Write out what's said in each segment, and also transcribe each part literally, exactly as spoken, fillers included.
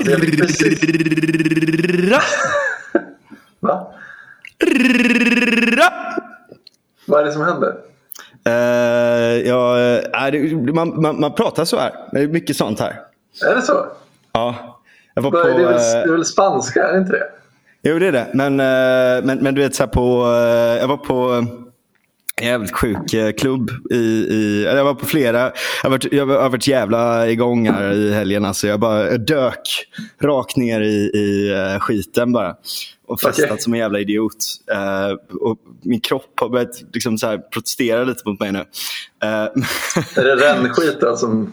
Alltså, jag fick precis... Va? Vad är det som händer? Uh, ja, äh, det, man, man, man pratar så här. Det är mycket sånt här. Är det så? Ja. Jag var det, på, är väl, det är väl spanska, är det inte det? Jo, det är det. Men, uh, men, men du vet så här på... Uh, jag var på... Uh, En jävligt sjuk klubb i, i, jag var på flera, jag har varit, jag har varit jävla igång här i helgen, alltså jag bara dök rakt ner i, i skiten bara och festat okay. som en jävla idiot, uh, och min kropp har börjat liksom så här protestera lite mot mig nu. Uh, är det rännskiten som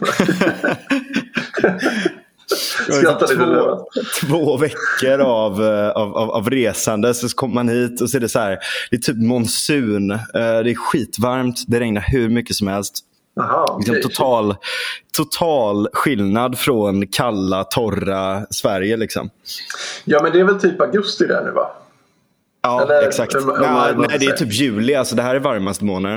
två, två veckor av, av, av, av resande, så kommer man hit och så är det så här, det är typ monsun, det är skitvarmt, det regnar hur mycket som helst. Aha, okay. liksom total, total skillnad från kalla, torra Sverige liksom. Ja, men det är väl typ augusti där nu, va? Ja, eller, exakt. Hur, hur nej, nej, det är typ juli, alltså det här är varmaste månaden.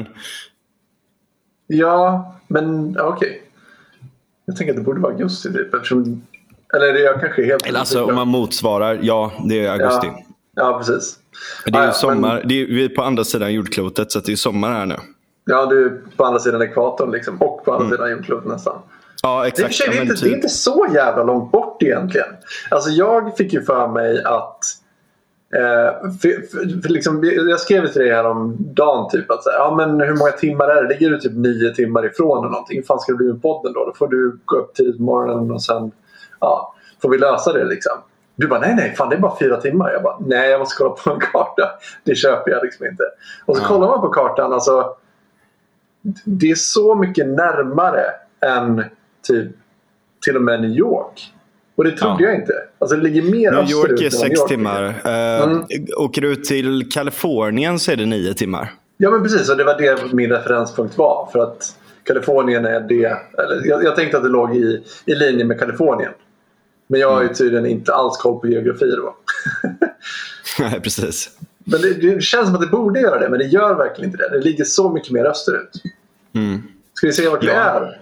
Ja, men okej. Okay. Jag tänker att det borde vara augusti typ, eftersom, eller det är kanske helt... Eller alltså om man motsvarar, ja, det är augusti. Ja, ja precis. Men det är ju ah, ja, sommar, men... det är, vi är på andra sidan jordklotet, så att det är sommar här nu. Ja, du är på andra sidan ekvatorn liksom, och på andra mm. sidan jordklotet nästan. Ja, exakt. Det är, det, är inte, typ... det är inte så jävla långt bort egentligen. Alltså jag fick ju för mig att Eh, för, för, för liksom, jag skrev till dig här om dagen typ att ja, men hur många timmar är det? Ligger du typ nio timmar ifrån eller någonting? Hur fan ska det bli med podden då? Då får du gå upp tidigt på morgonen och sen ja, får vi lösa det liksom. Du bara nej nej, fan det är bara fyra timmar. Jag bara nej, jag måste kolla på en karta. Det köper jag liksom inte. Och så ja. kollar man på kartan, alltså det är så mycket närmare än typ till och med New York. Och det trodde ja. jag inte. Alltså det ligger mer New York är sex York. timmar. Uh, mm. Åker du till Kalifornien så är det nio timmar. Ja men precis, och det var det min referenspunkt var. För att Kalifornien är det... Eller, jag, jag tänkte att det låg i, i linje med Kalifornien. Men jag har ju tydligen inte alls koll på geografi då. Nej, precis. Men det, det känns som att det borde göra det, men det gör verkligen inte det. Det ligger så mycket mer österut. Mm. Ska vi se vart ja. det är?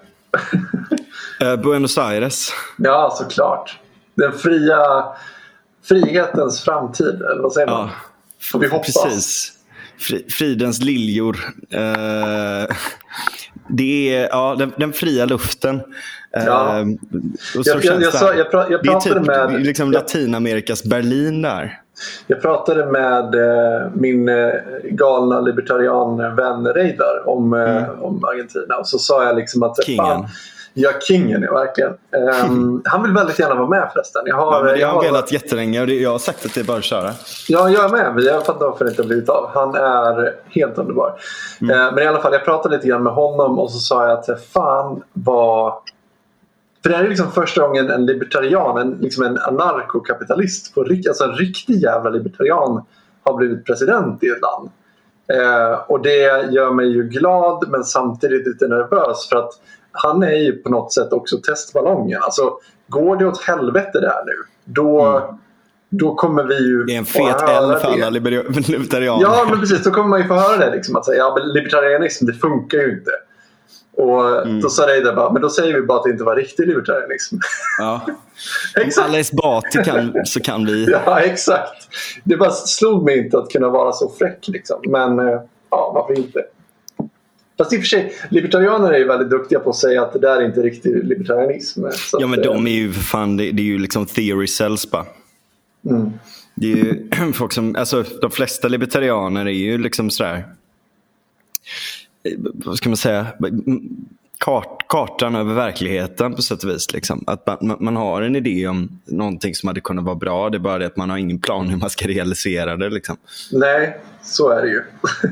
Uh, Buenos Aires. Ja, såklart. Den fria frihetens framtid, eller vad säger man? Ja, får vi hoppas. Precis. Fri, fridens liljor. Uh, det är ja, den, den fria luften. Ja. Uh, och så jag, jag, jag, sa, jag, pra, jag det är pratade typ med liksom Latinamerikas Berlin där. Jag pratade med eh, min eh, galna libertarian-vän Reidar om, eh, mm. om Argentina. Och så sa jag liksom att... Kingen. Fan, ja, kingen är verkligen. Um, han vill väldigt gärna vara med förresten. Jag har, ja, men det jag har har velat jättelänge och det, jag har sagt att det är bara att köra. Ja, jag är med. Vi har fattat varför det inte har blivit av. Han är helt underbar. Mm. Uh, men i alla fall, jag pratade lite grann med honom och så sa jag att fan vad... För det här är liksom första gången en libertarian, en, liksom en anarkokapitalist, på, alltså en riktig jävla libertarian har blivit president i ett land. Eh, och det gör mig ju glad men samtidigt lite nervös för att han är ju på något sätt också testballongen. Alltså går det åt helvete där nu, då, mm. då kommer vi ju... Det är en fet L för alla libertarianer. Ja, men precis, då kommer man ju få höra det liksom, att säga, ja, men libertarianism, det funkar ju inte. Och mm. då sa Reidar bara, men då säger vi bara att det inte var riktig libertarianism. Ja. Exakt. Om alla är sbati kan, så kan vi. Ja, exakt. Det bara slog mig inte att kunna vara så fräck liksom. Men ja, varför inte? Fast i och för sig, libertarianer är ju väldigt duktiga på att säga att det där är inte riktig libertarianism. Så ja, men att, de är ju fan, det, det är ju liksom theory cells bara. Mm. Det är ju folk som, alltså de flesta libertarianer är ju liksom sådär, vad ska man säga, Kart, kartan över verkligheten på sätt och vis liksom. Att man, man har en idé om någonting som hade kunnat vara bra, det är bara det att man har ingen plan hur man ska realisera det liksom. Nej, så är det ju.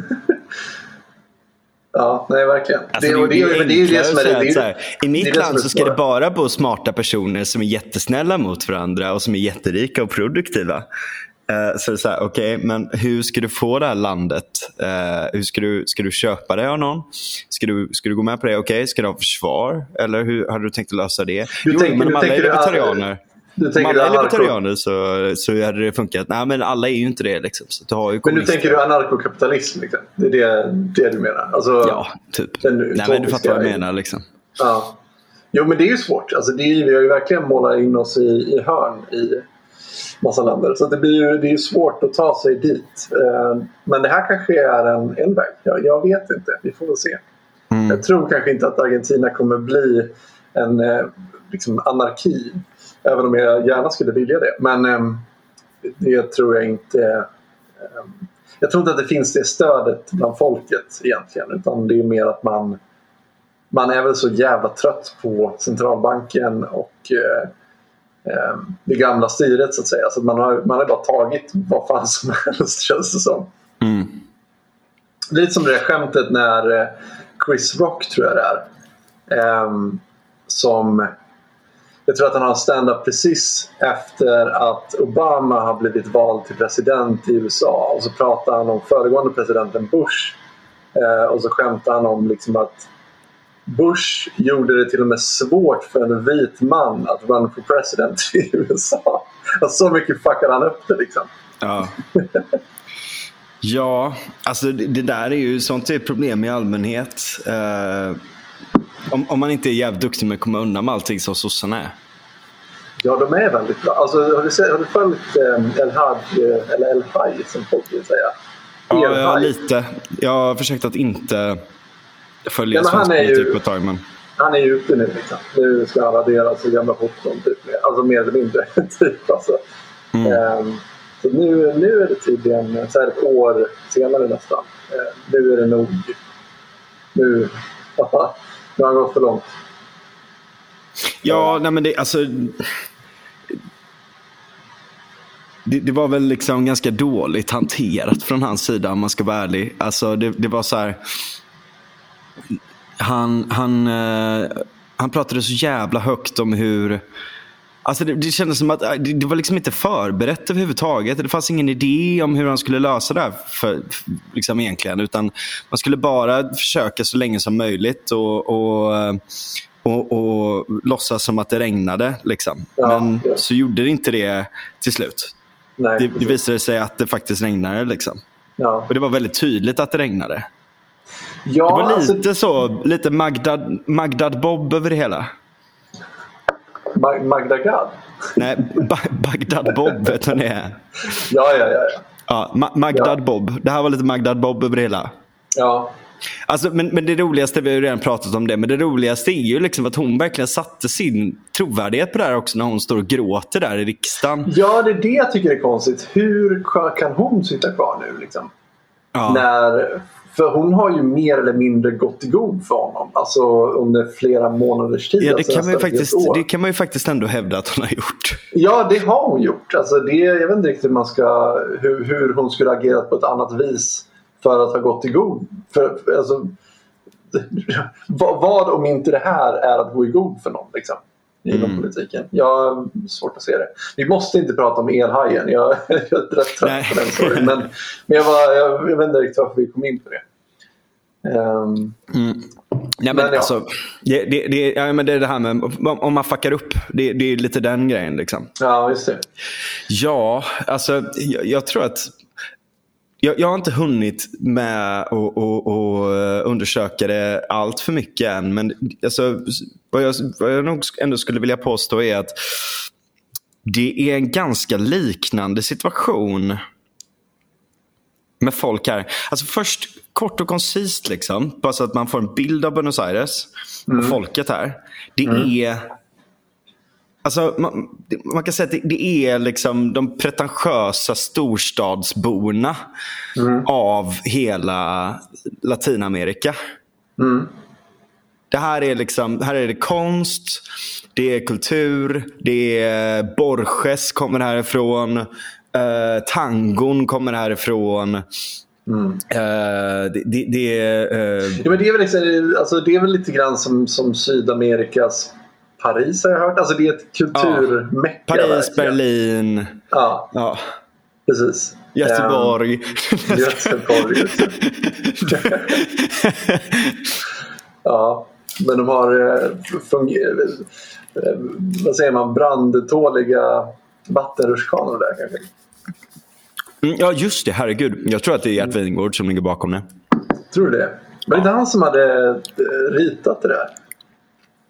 Ja, nej verkligen. Alltså, det, det, det, det, det är ju det som är det, det, det, i mitt land så ska det bara bo smarta personer som är jättesnälla mot varandra och som är jätterika och produktiva. Uh, så det är så här, okej, okay, men hur ska du få det här landet? Uh, hur ska du, ska du köpa det av någon? Ska du, ska du gå med på det? Okej, okay, ska du ha försvar? Eller hur har du tänkt att lösa det? Du jo, tänker, men om du alla är libertarianer, om alla är libertarianer så, så hade det funkat. Nej, men alla är ju inte det liksom. Så du har ju men nu tänker du anarkokapitalism liksom. Det är det, det du menar? Alltså, ja, typ. Nej, men du fattar vad jag menar liksom. Ja. Jo, men det är ju svårt. Alltså, det är, vi har ju verkligen målat in oss i, i hörn i massa länder. Så det blir ju, det är ju svårt att ta sig dit. Eh, men det här kanske är en, en väg. Jag, jag vet inte. Vi får väl se. Mm. Jag tror kanske inte att Argentina kommer bli en eh, liksom anarki. Även om jag gärna skulle vilja det. Men eh, det tror jag inte... Eh, jag tror inte att det finns det stödet bland folket egentligen. Utan det är mer att man... Man är väl så jävla trött på centralbanken och eh, eh, det gamla styret så att säga. Så man har, man har bara tagit vad fan som helst, känns det som. Mm. Lite som det där skämtet när eh, Chris Rock, tror jag det är. Eh, som... Jag tror att han har en stand-up precis efter att Obama har blivit vald till president i U S A. Och så pratar han om föregående presidenten Bush. Eh, och så skämtar han om liksom att Bush gjorde det till och med svårt för en vit man att run for president i U S A. Och så mycket fuckade han upp det liksom. Ja. Ja, alltså det, det där är ju sånt är ett problem i allmänhet. Uh, om, om man inte är jävligt duktig med att komma undan med allting som sossarna är. Ja, de är väldigt bra. Alltså, har du, sett, har du följt um, El Haj, eller El Haj som folk vill säga? Ja, ja, lite. Jag har försökt att inte följa ja, svensk politik på ett tag, men... Han är ju ute nu liksom. Nu ska han radera sig gamla foton typ. Alltså mer eller mindre typ alltså. Mm. Um, så nu, nu är det tydligen så här ett år senare nästan. Uh, nu är det nog... Nu, nu har han gått för långt. Ja, nej men det, alltså... Det, det var väl liksom ganska dåligt hanterat från hans sida, om man ska vara ärlig. Alltså det, det var så här... Han, han, eh, han pratade så jävla högt om hur... Alltså det, det kändes som att det, det var liksom inte förberett överhuvudtaget. Det fanns ingen idé om hur han skulle lösa det här för, liksom egentligen. Utan man skulle bara försöka så länge som möjligt och... och Och, och låtsas som att det regnade liksom. Ja, men ja. Så gjorde det inte det till slut. Nej, det, det visade sig att det faktiskt regnade liksom. Ja. Och det var väldigt tydligt att det regnade. Ja, det var lite alltså... så lite Magdad, Magdad Bob över det hela. Mag- Magdagad? Nej, ba- Bagdad Bob vet du det är. Ja, ja, ja, ja. Ja, Ma- Magdad ja. Bob. Det här var lite Magdad Bob över det hela. Ja. Alltså, men, men det roligaste, vi har ju redan pratat om det, men det roligaste är ju liksom att hon verkligen satte sin trovärdighet på det här också när hon står och gråter där i riksdagen. Ja, det är det jag tycker är konstigt. Hur kan hon sitta kvar nu liksom? Ja. När, för hon har ju mer eller mindre gått i god för honom. Alltså under flera månaders tid. Ja, det, alltså, kan man ju faktiskt, det kan man ju faktiskt ändå hävda att hon har gjort. Ja, det har hon gjort. Alltså, det, jag vet inte riktigt hur, man ska, hur, hur hon skulle agerat på ett annat vis för att ha gått i god. För, alltså, vad, vad om inte det här är att gå i god för någon liksom, inom mm. politiken? Jag har svårt att se det. Vi måste inte prata om elhajen. Jag, jag är rätt trött på den storyn. Men, men jag, var, jag, jag vet inte riktigt varför vi kom in på det. Um, mm. Nej, men, men alltså, ja. det, det, det, ja, men det är det här med om man fuckar upp. Det, det är lite den grejen liksom. Ja, just det. Ja, alltså jag, jag tror att Jag, jag har inte hunnit med att och, och undersöka det allt för mycket än. Men alltså, vad, jag, vad jag nog ändå skulle vilja påstå är att det är en ganska liknande situation med folk här. Alltså först kort och koncist liksom. Bara så att man får en bild av Buenos Aires och mm. folket här. Det mm. är... Alltså, man, man kan säga att det, det är liksom de pretentiösa storstadsborna mm. av hela Latinamerika. Mm. Det här är liksom, här är det konst, det är kultur, det är Borges kommer härifrån, eh, tangon kommer härifrån. Mm. Uh, det, det, det, är, uh... ja, men det är väl liksom, alltså, det är väl lite grann som, som Sydamerikas Paris har jag hört. Alltså det är ett kulturmäcka. Ja. Paris, verkligen. Berlin. Ja, ja. Precis. Göteborg. Um, Göteborg. Ja, men de har funger- vad säger man, brandtåliga vattenrutschkanor där kanske. Mm, ja, just det. Herregud. Jag tror att det är Gert Wingårdh som ligger bakom det. Tror du det? Var det ja. inte han som hade ritat det där?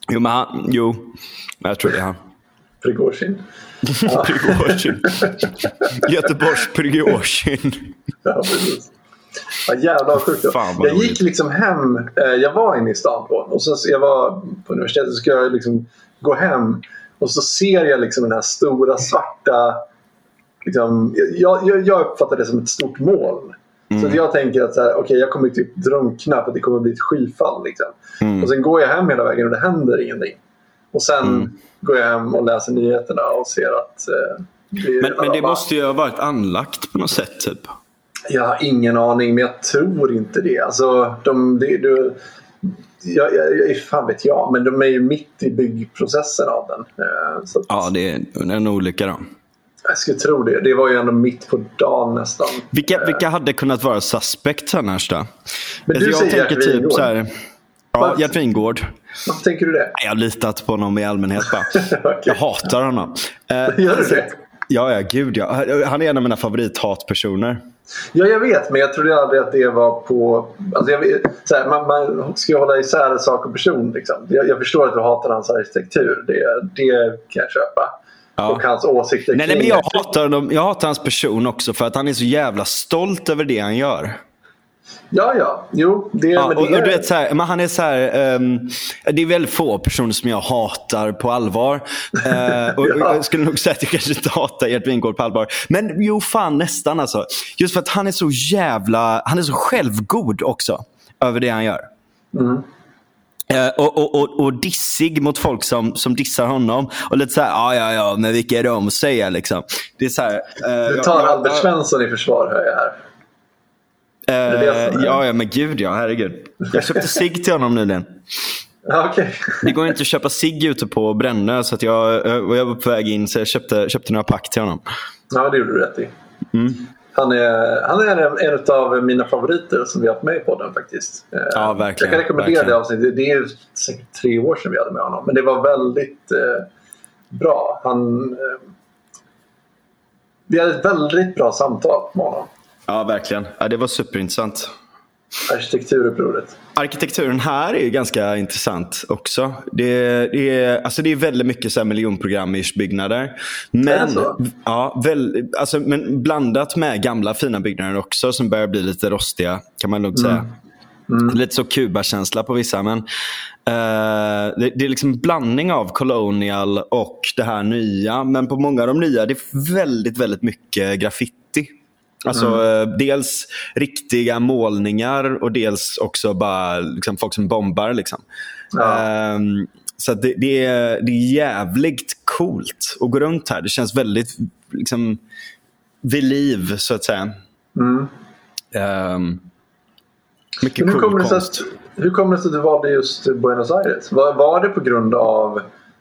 Jo, men han, jo, jag tror det är han. Prigozjin. Ja. Prigozjin. Göteborgs Prigozjin. Ja, precis. Ja, jävla sjukt. Jag gick liksom hem. Eh, jag var inne i stan då. Och så jag var på universitetet, så ska jag liksom gå hem. Och så ser jag liksom den här stora svarta... Liksom, jag, jag, jag uppfattar det som ett stort moln. Mm. Så att jag tänker att så här, okay, jag kommer typ drunkna för att det kommer bli ett skyfall. Liksom. Mm. Och sen går jag hem hela vägen och det händer ingenting. Och sen mm. går jag hem och läser nyheterna och ser att... Eh, det men men det bara... måste ju ha varit anlagt på något sätt typ. Jag har ingen aning, men jag tror inte det. Alltså, de... Det, det, jag, jag, fan vet jag, men de är ju mitt i byggprocessen av den. Eh, så att... Ja, det är en olycka då. Jag skulle tro det. Det var ju ändå mitt på dagen nästan. Vilka, vilka hade kunnat vara suspect annars då? Men du jag säger tänker Gert typ så här. Ja, Gert Wingårdh. Varför tänker du det? Jag har litat på honom i allmänhet bara. Okay. Jag hatar honom. Gör du det? Ja, ja, gud ja. Han är en av mina favorithatpersoner. Ja, jag vet. Men jag trodde aldrig att det var på... Alltså jag vet, så här, man, man ska ju hålla isär sak och person. Liksom. Jag, jag förstår att du hatar hans arkitektur. Det, det kan jag köpa. Ja. Och hans åsikter. Nej, nej, men jag hatar, honom, jag hatar hans person också för att han är så jävla stolt över det han gör. Ja, ja. Jo, det, ja, men och, det är... och du vet så här, men han är så här, um, det är väldigt få personer som jag hatar på allvar. Uh, och, ja. och jag skulle nog säga att jag kanske inte hatar Gert Wingårdh på allvar. Men jo, fan nästan alltså. Just för att han är så jävla, han är så självgod också över det han gör. Mm. Uh, och, och, och, och dissig mot folk som, som dissar honom. Och lite så här, ja ja ja, men vilka är de att säga liksom. Det är så här, uh, du tar jag, Albert jag, Svensson i försvar, hör jag här. Uh, det det ja, ja, men gud ja, herregud. Jag köpte cigg till honom nyligen. Okay. Det går inte att köpa cigg ute på Brännö, så att jag, jag var på väg in, så jag köpte, köpte några pack till honom. Ja, det gjorde du rätt i. Mm. Han är, han är en, en av mina favoriter som vi har haft med i podden faktiskt. Ja, verkligen. Jag kan rekommendera verkligen. det avsnittet. Det är säkert tre år sedan vi hade med honom. Men det var väldigt eh, bra. Han, eh, vi hade ett väldigt bra samtal med honom. Ja, verkligen. Ja, det var superintressant. Arkitekturupproret. Arkitekturen här är ju ganska intressant också. Det, det, är, alltså det är väldigt mycket så här miljonprogrammers byggnader. Men, ja, väl, alltså, men blandat med gamla fina byggnader också som börjar bli lite rostiga, kan man nog säga. Mm. Mm. Lite så Kuba-känsla på vissa, men uh, det, det är liksom en blandning av colonial och det här nya. Men på många av de nya det är väldigt, väldigt mycket graffiti. Alltså mm. dels riktiga målningar och dels också bara liksom, folk som bombar liksom. Ja. Um, så det, det, är, det är jävligt coolt att gå runt här. Det känns väldigt liksom vid liv, så att säga. Mm. Um, mycket hur, cool kommer konst. det att, hur kommer det sig att du valde just Buenos Aires? Var, var det på grund av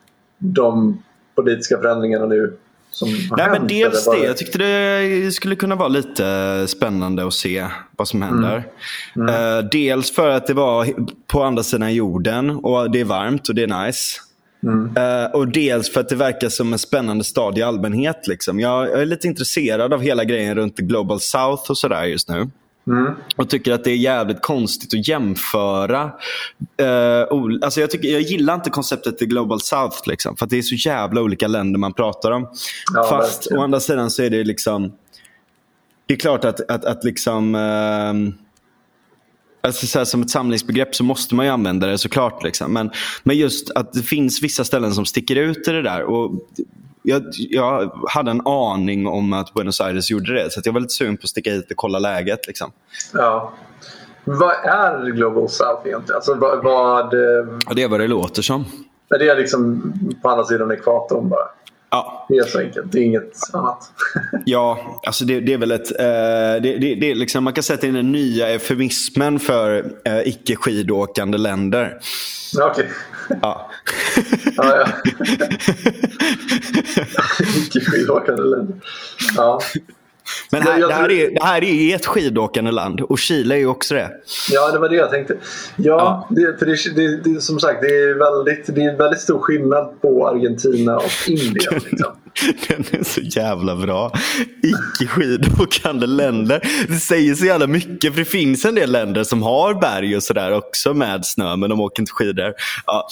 de politiska förändringarna nu? Nej, men dels det. Jag tyckte det skulle kunna vara lite spännande att se vad som händer. Mm. Mm. Uh, dels för att det var på andra sidan jorden och det är varmt och det är nice. Mm. Uh, och dels för att det verkar som en spännande stad i allmänhet. Liksom. Jag, jag är lite intresserad av hela grejen runt Global South och sådär just nu. Mm. Och tycker att det är jävligt konstigt att jämföra. uh, Alltså jag, tycker, jag gillar inte konceptet till Global South liksom, för att det är så jävla olika länder man pratar om. Ja, fast verkligen. Å andra sidan så är det liksom, det är klart att, att, att liksom uh, alltså så här, som ett samlingsbegrepp så måste man ju använda det såklart liksom. men, men just att det finns vissa ställen som sticker ut i det där. Och Jag, jag hade en aning om att Buenos Aires gjorde det, så att jag var lite sugen på att sticka hit och kolla läget liksom. Ja. Vad är Global South egentligen? Alltså vad, vad ja, det är vad det låter som. Är det liksom på andra sidan ekvatorn bara? Ja. Det är så enkelt, det är inget annat. Ja, alltså det, det är väl ett eh, det, det, det är liksom, man kan sätta in den nya eufemismen för eh, icke skidåkande länder. Okej. Okay. Ja. Ja, ja. Icke skidåkande länder. Ja. Men här, det, här är, det här är ett skidåkande land. Och Chile är ju också det. Ja, det var det jag tänkte. Ja, ja. Det, för det, det, det, som sagt, det är, väldigt, det är väldigt stor skillnad på Argentina och Indien. Liksom. Den är så jävla bra. Icke-skidåkande länder. Det säger så jävla mycket. För det finns en del länder som har berg och sådär också med snö. Men de åker inte skidor. Ja,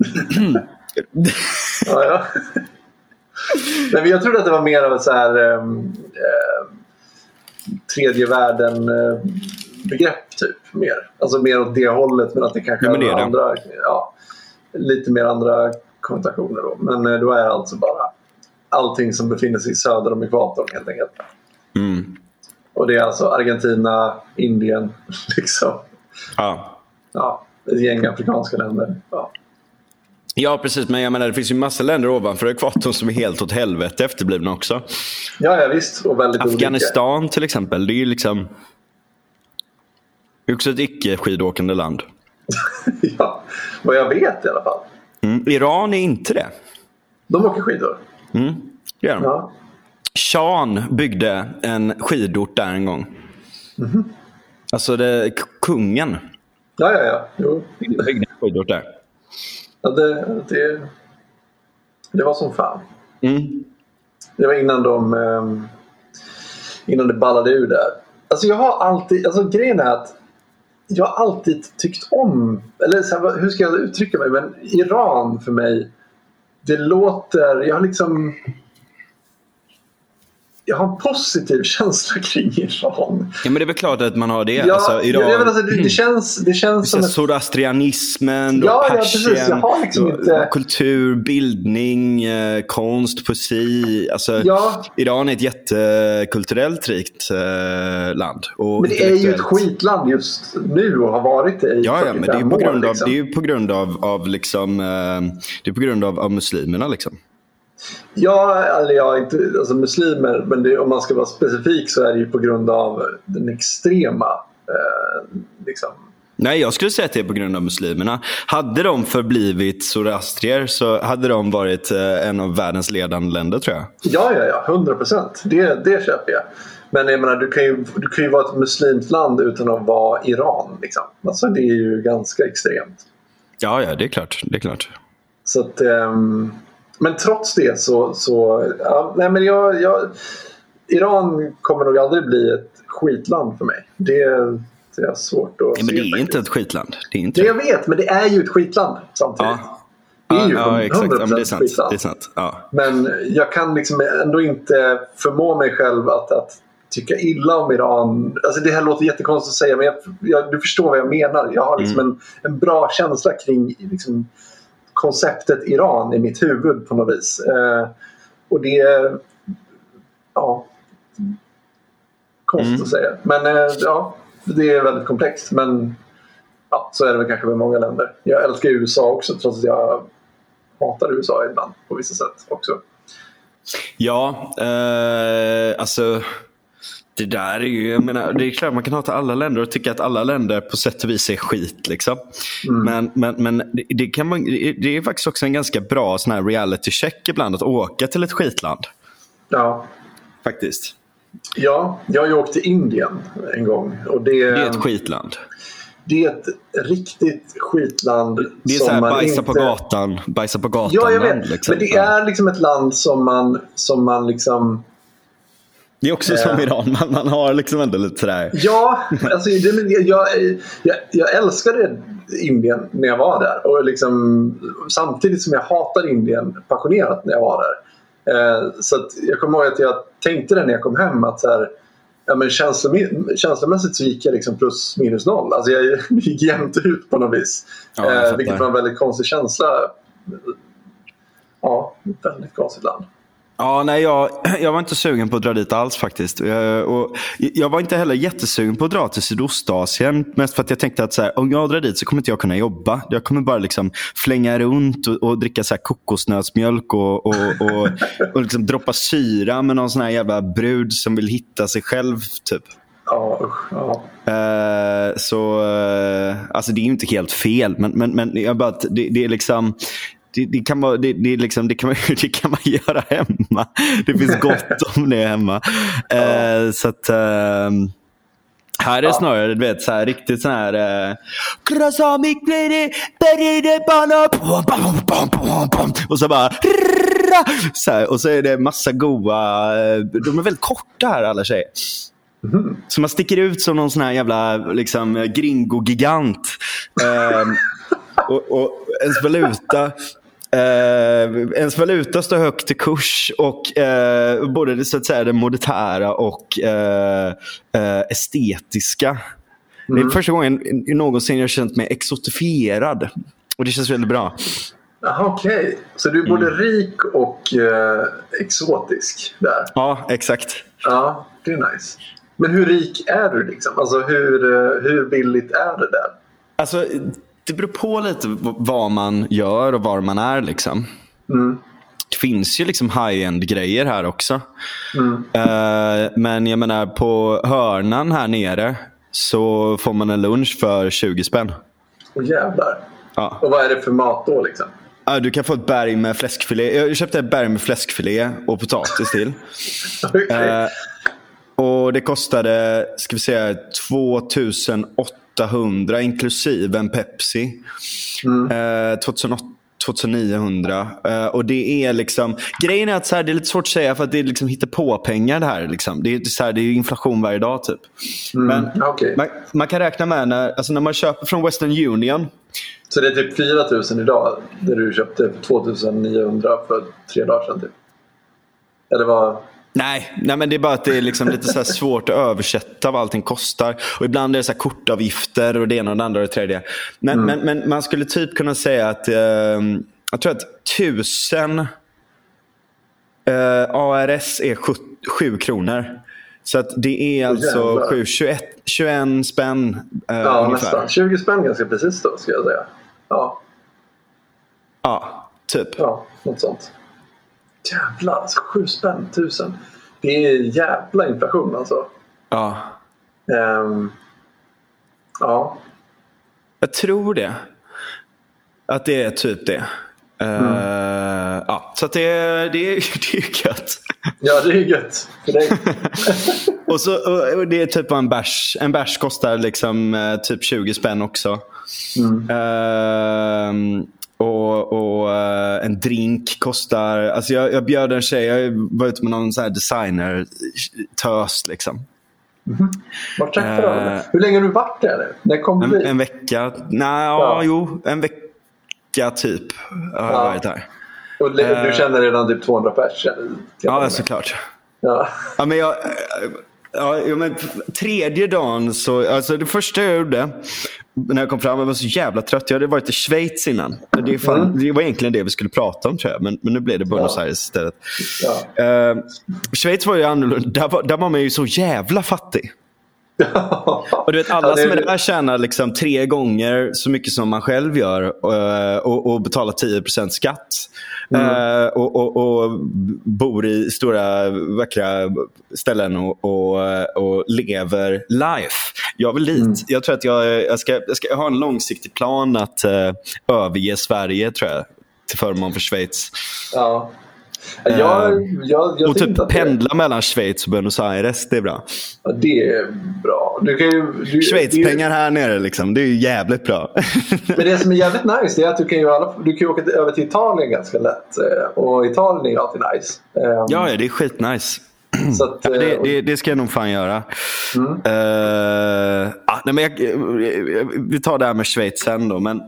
ja, ja. Men jag trodde att det var mer av ett så här eh, tredje världen eh, begrepp typ mer. Alltså mer åt det hållet, men att det kanske ja, det är andra ja, lite mer andra konnotationer då. Men eh, då är det alltså bara allting som befinner sig söder om ekvatorn helt enkelt. Mm. Och det är alltså Argentina, Indien liksom. Ja. Ja, ett gäng afrikanska länder. Ja. Ja, precis. Men jag menar, det finns ju massa länder ovanför ekvatorn som är helt åt helvete efterblivna också. Ja, ja visst. Och väldigt Afghanistan olika. Till exempel. Det är ju liksom... Det är också ett icke-skidåkande land. Ja, vad jag vet i alla fall. Mm. Iran är inte det. De åker skidor. Mm, det gör de. Ja. Sean byggde en skidort där en gång. Mm-hmm. Alltså det, kungen. Ja, ja, ja. Jo. Byggde en skidort där. Ja, det, det, det var som fan. Mm. Det var innan de um, innan det ballade ur där. Alltså jag har alltid, alltså grejen är att jag har alltid tyckt om, eller så här, hur ska jag uttrycka mig, men Iran för mig, det låter, jag har liksom jag har en positiv känsla kring Iran. Ja, men det är väl klart att man har det. Ja, alltså, Iran, jag vet, alltså, det, det känns, det känns som... Zoroastrianismen, ja, och ja, precis. Jag har liksom och, inte... kultur, bildning, eh, konst, poesi. Alltså, ja. Iran är ett jättekulturellt rikt eh, land. Och men det är ju ett skitland just nu och har varit det i ja, ja, men det är på grund år, av, liksom. det är på grund av, av liksom, eh, det är på grund av, av muslimerna liksom. Ja, eller ja, inte alltså muslimer, men det, om man ska vara specifik så är det ju på grund av den extrema eh, liksom. Nej, jag skulle säga att det är på grund av muslimerna. Hade de förblivit zoroastrier så hade de varit eh, en av världens ledande länder, tror jag. Ja, ja, ja, hundra procent. Det, det köper jag. Men jag menar, du kan ju, du kan ju vara ett muslimskt land utan att vara Iran. Liksom. Alltså, det är ju ganska extremt. Ja, ja, det är klart. Det är klart. Så att... Um, men trots det så... så ja, nej, men jag, jag, Iran kommer nog aldrig bli ett skitland för mig. Det, det är svårt att ja, men det är faktiskt. Inte ett skitland. Det är inte det jag vet, men det är ju ett skitland samtidigt. Ja. Det är ju ja, exakt. hundra procent ja, det är sant. skitland. Det är sant. Ja. Men jag kan liksom ändå inte förmå mig själv att, att tycka illa om Iran. Alltså det här låter jättekonstigt att säga, men jag, jag, du förstår vad jag menar. Jag har liksom mm. en, en bra känsla kring liksom, konceptet Iran i mitt huvud på något vis. Eh, och det är ja, konstigt mm. att säga. Men eh, ja, det är väldigt komplext. Men ja, så är det väl kanske med många länder. Jag älskar U S A också, trots att jag hatar U S A ibland på vissa sätt också. Ja, eh, alltså det där är ju, jag menar, det är klart man kan hata alla länder och tycka att alla länder på sätt och vis är skit liksom. Mm. Men, men, men det, det, kan man, det är faktiskt också en ganska bra sån här reality check ibland att åka till ett skitland. Ja. Faktiskt. Ja, jag har ju åkt till Indien en gång. Och det, det är ett skitland. Det är ett riktigt skitland. Det är som så här man bajsa inte... på gatan, bajsa på gatan. Ja, jag vet. Land, liksom. Men det är liksom ett land som man, som man liksom... Det är också äh... som Iran, man, man har liksom ändå lite sådär. Ja, alltså, det, jag, jag, jag älskade Indien när jag var där. Och liksom, samtidigt som jag hatar Indien passionerat när jag var där. Eh, så att jag kommer ihåg att jag tänkte det när jag kom hem att så här, ja, men känslomässigt, känslomässigt så gick jag liksom plus minus noll. Alltså jag gick jämnt ut på något vis. Ja, eh, vilket var en väldigt konstig känsla. Ja, ett väldigt konstigt land. Ja, nej, jag, jag var inte sugen på att dra dit alls faktiskt. Jag, och jag var inte heller jättesugen på att dra till Sydostasien. Mest för att jag tänkte att så här, om jag drar dit så kommer inte jag kunna jobba. Jag kommer bara liksom flänga runt och, och dricka så här kokosnötsmjölk och, och, och, och liksom droppa syra med någon sån här jävla brud som vill hitta sig själv typ. Ja, usch, ja. Uh, så uh, alltså det är ju inte helt fel, men, men, men jag bara, det, det är liksom det, det, kan man, det, det, liksom, det, kan man, det kan man göra hemma. Det finns gott om det hemma. Ja. Eh, så att... Eh, här är det snarare, du vet, så här, riktigt sån här eh, och så bara så här, och så är det massa goa, de är väldigt korta här alla tjejer. Mm. Så man sticker ut som någon sån här jävla liksom gringo-gigant. eh, och, och ens valuta Uh, ens valuta står högt i kurs och uh, både det, så att säga, det monetära och uh, uh, estetiska. Mm. Det är första gången någonsin jag känt mig exotifierad och det känns väldigt bra. Aha, okej. Okay. Så du är både mm. rik och uh, exotisk där? Ja, exakt. Ja, det är nice. Men hur rik är du liksom? Alltså hur, uh, hur billigt är det där? Alltså... Det beror på lite vad man gör och var man är liksom. Mm. Det finns ju liksom high-end grejer här också. Mm. Uh, men jag menar på hörnan här nere så får man en lunch för tjugo spänn. Åh jävlar. Ja. Och vad är det för mat då liksom? Uh, du kan få ett berg med fläskfilé. Jag köpte ett berg med fläskfilé och potatis till. Okay. Uh, och det kostade, ska vi säga, tvåtusen åttahundra inklusive en Pepsi. Mm. Eh, tjugoniohundra. Eh, och det är liksom, grejen är att så här, det är lite svårt att säga för att det är liksom hittar på pengar det här liksom. Det är så här, det är inflation varje dag typ. Mm. Men okay. man, man kan räkna med när, alltså när man köper från Western Union. Så det är typ fyra tusen idag där du köpte tvåtusen-niohundra för tre dagar sedan typ. Eller vad? Nej, nej, men det är bara att det är liksom lite så här svårt att översätta vad allting kostar. Och ibland är det så här kortavgifter och det ena och det andra och det tredje. Men, mm. men, men man skulle typ kunna säga att eh, jag tror att tusen eh, A R S är sju kronor. Så att det är alltså sju, tjugoett, tjugoett spänn eh, ja, ungefär. Nästan. tjugo spänn ganska precis då, ska jag säga. Ja, ja typ. Ja, något sånt. Jävlar, alltså, sju spänn, tusen. Det är jävla inflation alltså. Ja. Um, ja. Jag tror det. Att det är typ det. Mm. Uh, ja, så att det, det, det är gött. Ja, det är gött för dig. och, så, och det är typ en bärs. En bärs kostar liksom uh, typ tjugo spänn också. Mm. Uh, Och, och uh, en drink kostar, alltså jag, jag bjöd en tjej, jag var ute med någon så här designer tös liksom. Mm-hmm. Vart träffade uh, du? Hur länge har du varit där? När kom en, du? En vecka. Nej, ja. ja, jo, en vecka typ har jag varit där. Och du uh, känner redan typ tvåhundra pers? Ja, såklart. Ja. Ja, men jag ja, men tredje dagen så, alltså det första jag gjorde när jag kom fram, jag var så jävla trött. Jag hade varit i Schweiz innan. Det, fan, mm. det var egentligen det vi skulle prata om tror jag. Men, men nu blev det Buenos ja. Aires istället. Ja. Uh, Schweiz var ju annorlunda. Där var, där var man ju så jävla fattig. Och du vet, alla ja, det... som är där tjänar liksom tre gånger så mycket som man själv gör uh, och, och betalar tio procent skatt. Mm. Uh, och, och, och bor i stora vackra ställen och, och, och lever life. Jag vill dit. Mm. Jag tror att jag, jag, ska, jag ska ha en långsiktig plan att uh, överge Sverige tror jag till förmån för Schweiz. Ja. Jag, jag, jag och typ pendla det... mellan Schweiz och Buenos Aires, det är bra. Ja, det är bra. Du kan ju, du, Schweiz-pengar här nere liksom, det är ju jävligt bra. Men det som är jävligt nice är att du kan ju, alla, du kan ju åka över till Italien ganska lätt. Och Italien är ju alltid nice. Um, ja, det är skitnice. Så att, ja, det, det, det ska jag nog fan göra. Mm. Uh, ah, nej, men jag, vi tar det här med Schweiz sen då, men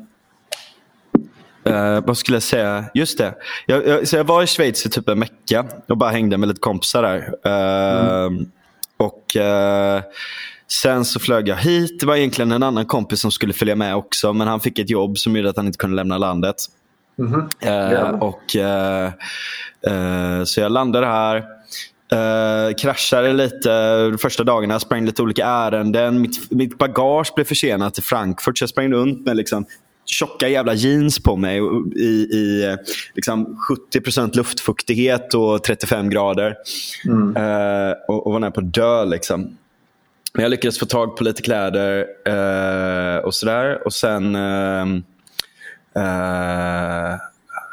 Uh, vad skulle jag säga? Just det. Jag, jag, så jag var i Schweiz i typ en vecka och bara hängde med lite kompisar där. Uh, mm. Och uh, sen så flög jag hit. Det var egentligen en annan kompis som skulle följa med också. Men han fick ett jobb som gjorde att han inte kunde lämna landet. Mm-hmm. Uh, yeah. Och uh, uh, så jag landade här. Uh, kraschade lite de första dagarna. Sprang lite olika ärenden. Mitt, mitt bagage blev försenat till Frankfurt. Så jag sprang runt med liksom tjocka jävla jeans på mig i, i liksom sjuttio procent luftfuktighet och trettiofem grader. Mm. Uh, och, och var nära på dö liksom. Men jag lyckades få tag på lite kläder uh, och sådär. Och sen uh, uh,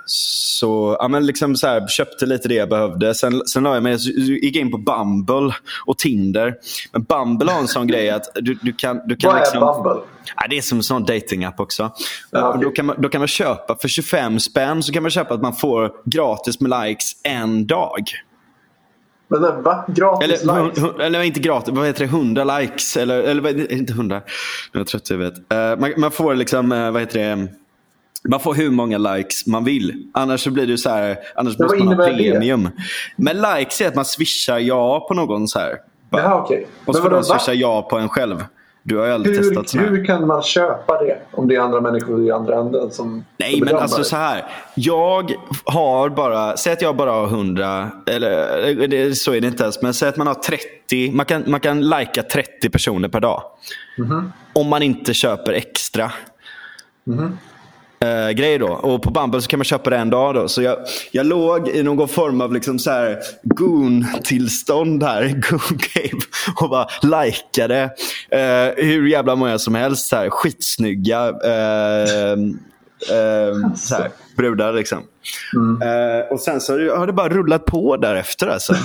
Så ja, men liksom så här, köpte lite det jag behövde. Sen, sen la jag mig, gick in på Bumble och Tinder. Men Bumble har en sån grej att du, du kan, du kan Vad liksom, är Bumble? Ja, det är som en sån dating-app också. Ja, och okay. då, kan man, då kan man köpa för tjugofem spänn, så kan man köpa att man får gratis med likes en dag. Men det, va? Gratis eller, likes? Hund, eller inte gratis, vad heter det? hundra likes. Eller, eller inte hundra. Jag är trött, jag vet. Uh, man, man får liksom, uh, vad heter det? Man får hur många likes man vill. Annars så blir det så här, annars måste man ha premium. Det? Men likes är att man swishar ja på någon så här. Bara. Jaha, okej. Okay. Och så får de swisha ja på en själv. Du har ju aldrig hur, testat sådär. Hur kan man köpa det? Om det är andra människor i andra änden som... Nej, men alltså det. Så här. Jag har bara... Säg att jag bara har hundra... Eller det, så är det inte ens. Men säg att man har trettio... Man kan, man kan lajka trettio personer per dag. Mm-hmm. Om man inte köper extra. Mm-hmm. Uh, grejer då. Och på Bumble så kan man köpa det en dag då. Så jag, jag låg i någon form av liksom så här goon-tillstånd här, goon-game, och bara likade uh, hur jävla många som helst så här, skitsnygga uh, uh, så här, brudar liksom. Mm. Uh, och sen så har det bara rullat på därefter alltså.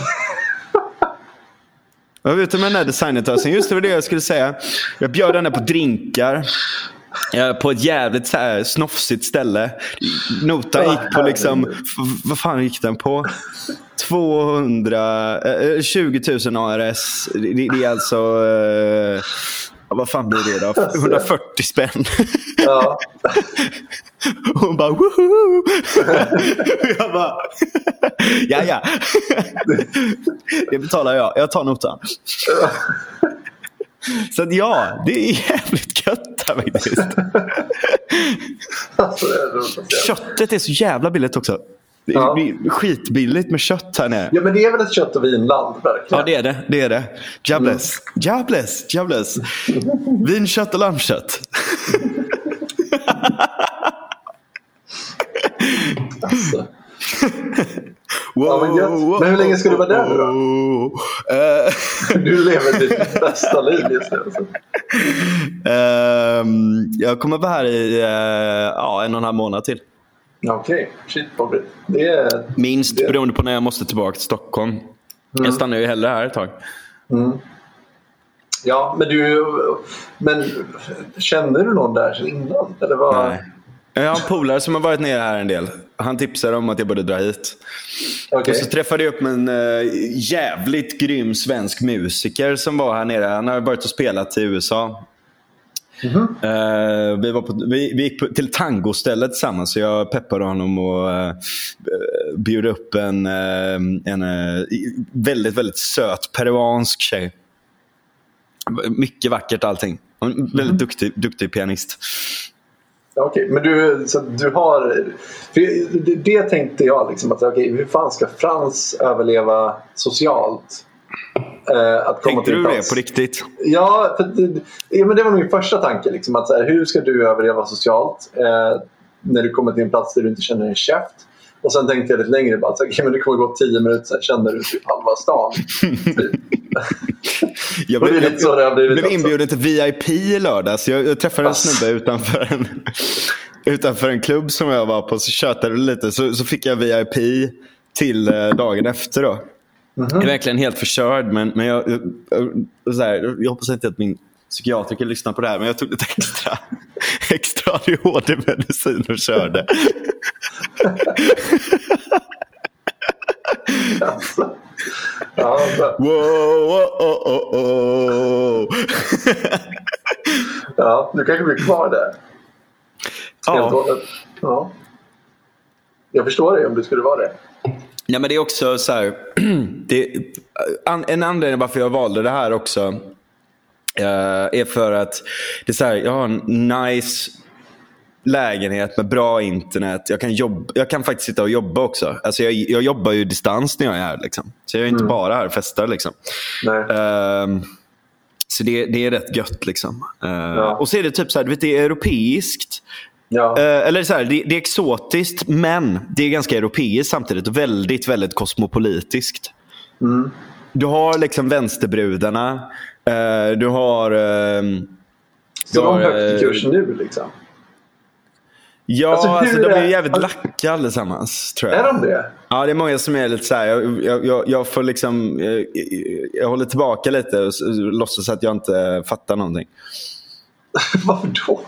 Jag vet inte med den här designetösen. Just det var det jag skulle säga. Jag bjöd henne på drinkar på ett jävligt så här snofsigt ställe. Notan gick på liksom, vad fan gick den på? tvåhundratjugo tusen A R S. Det, det är alltså eh, vad fan blir det då? hundrafyrtio spänn. Ja. Hon bara woho! Jag bara ja ja. Det betalar jag. Jag tar notan. Så att ja, det är jävligt gött här faktiskt. Alltså, det är roligt. Köttet är så jävla billigt också. Det är ja. skitbilligt med kött här nere. Ja, men det är väl ett kött- och vinland, verkligen. Ja, det är det. Det är det. Jobless. Mm. Jobless. Jobless. Vin, kött och lammkött. Alltså. Wow, ja, men, wow, men hur länge ska du vara där nu då? Uh, du lever ditt bästa liv just nu. Alltså. Uh, jag kommer vara här i uh, ja, en och en halv månad till. Okej, okay. Shit Bobby. Det är... Minst det... beroende på när jag måste tillbaka till Stockholm. Mm. Jag stannar ju hellre här ett tag. Mm. Ja, men du... Men känner du någon där sedan innan? Eller vad? Nej. Jag har en polare som har varit nere här en del. Han tipsade om att jag borde dra hit. Okay. Och så träffade jag upp med en uh, jävligt grym svensk musiker som var här nere. Han har börjat att spela till U S A. Mm-hmm. Uh, vi, var på, vi, vi gick på, till tangostället tillsammans. Så jag peppade honom och uh, bjöd upp en, uh, en uh, väldigt, väldigt söt peruansk tjej. Mycket vackert allting. En väldigt mm-hmm. duktig, duktig pianist. Okej, okay, men du, så du har... För det, det tänkte jag liksom att okay, hur fan ska Frans överleva socialt? Eh, att komma tänkte till du plats? Det på riktigt? Ja, för det, ja, men det var min första tanke. Liksom, att så här, hur ska du överleva socialt eh, när du kommer till en plats där du inte känner en käft? Och sen tänkte jag lite längre bara att okay, men det kommer gå tio minuter sen känner du typ halva stan. Jag blev, jag, så jag blev inbjuden till V I P i lördags. Jag, jag träffade en snubbe utanför en, utanför en klubb som jag var på. Så tjötade det lite. Så, så fick jag V I P till eh, dagen efter då. Mm-hmm. Jag är verkligen helt förkörd. Men, men jag, jag, så här, jag hoppas inte att min psykiatriker lyssnar på det här. Men jag tog lite extra, extra A D H D-medicin och körde. Alltså. Ja, wow, oh, oh, oh. Ja, du kanske blir kvar där. Ja. Ja. Jag förstår det om du skulle vara det. Ja, men det är också så här, det, en anledning varför jag valde det här också uh, är för att det är så här, jag har en nice lägenhet med bra internet. Jag kan, jobba, jag kan faktiskt sitta och jobba också. Alltså jag, jag jobbar ju distans när jag är här. Liksom. Så jag är inte mm. bara här och festar. Liksom. Uh, så det, det är rätt gött. Liksom. Uh, ja. Och så är det typ så här, du vet, det är europeiskt. Ja. Uh, eller så här, det, det är exotiskt, men det är ganska europeiskt samtidigt. Och väldigt, väldigt kosmopolitiskt. Mm. Du har liksom vänsterbrudarna. Uh, du har... Uh, så de har högt i kurs nu liksom? Ja, Alltså, alltså, hur de är ju är- jävligt lacka allesammans, tror jag. Är de det? Ja, det är många som är lite så här. Jag, jag, jag, jag får liksom... Jag, jag håller tillbaka lite och, och låtsas att jag inte fattar någonting. Varför då?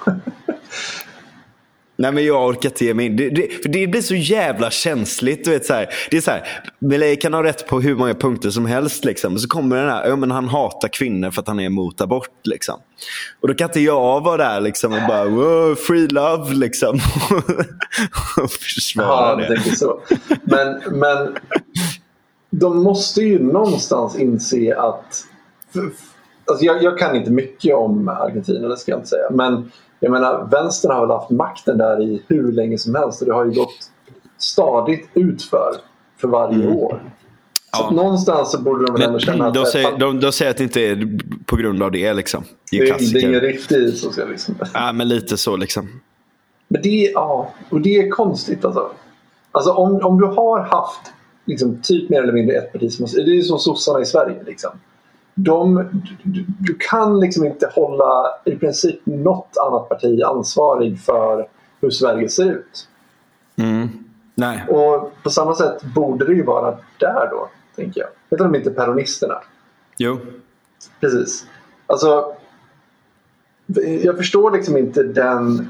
Nej, men jag orkar inte ge mig in. Det, det, för det blir så jävla känsligt. Du vet, så här. Det är så här, Milei kan ha rätt på hur många punkter som helst. Liksom. Och så kommer den här, ja, men han hatar kvinnor för att han är emot abort. Liksom. Och då kan inte jag vara där liksom, och bara, wow, free love. Liksom. Och försvara Ja, det. jag tänker så. Men, men de måste ju någonstans inse att... För, alltså jag, jag kan inte mycket om Argentina, det ska jag inte säga. Men jag menar, vänstern har väl haft makten där i hur länge som helst. Och det har ju gått stadigt utför för varje Mm. år. Så Ja. att någonstans så borde de väl ändå känna att... de, säger, de, de säger att det inte är på grund av det. Liksom. Det är det, ju är- det är klassiker. ingen riktig socialism. Ja, men lite så liksom. Men det är, ja, och det är konstigt alltså. Alltså om, om du har haft liksom, typ mer eller mindre ett parti som... Det är ju som sossarna i Sverige liksom. De, du, du kan liksom inte hålla i princip något annat parti ansvarig för hur Sverige ser ut. Mm. Nej. Och på samma sätt borde det ju vara där då, tänker jag. Heter de inte peronisterna? Jo. Precis. Alltså, jag förstår liksom inte den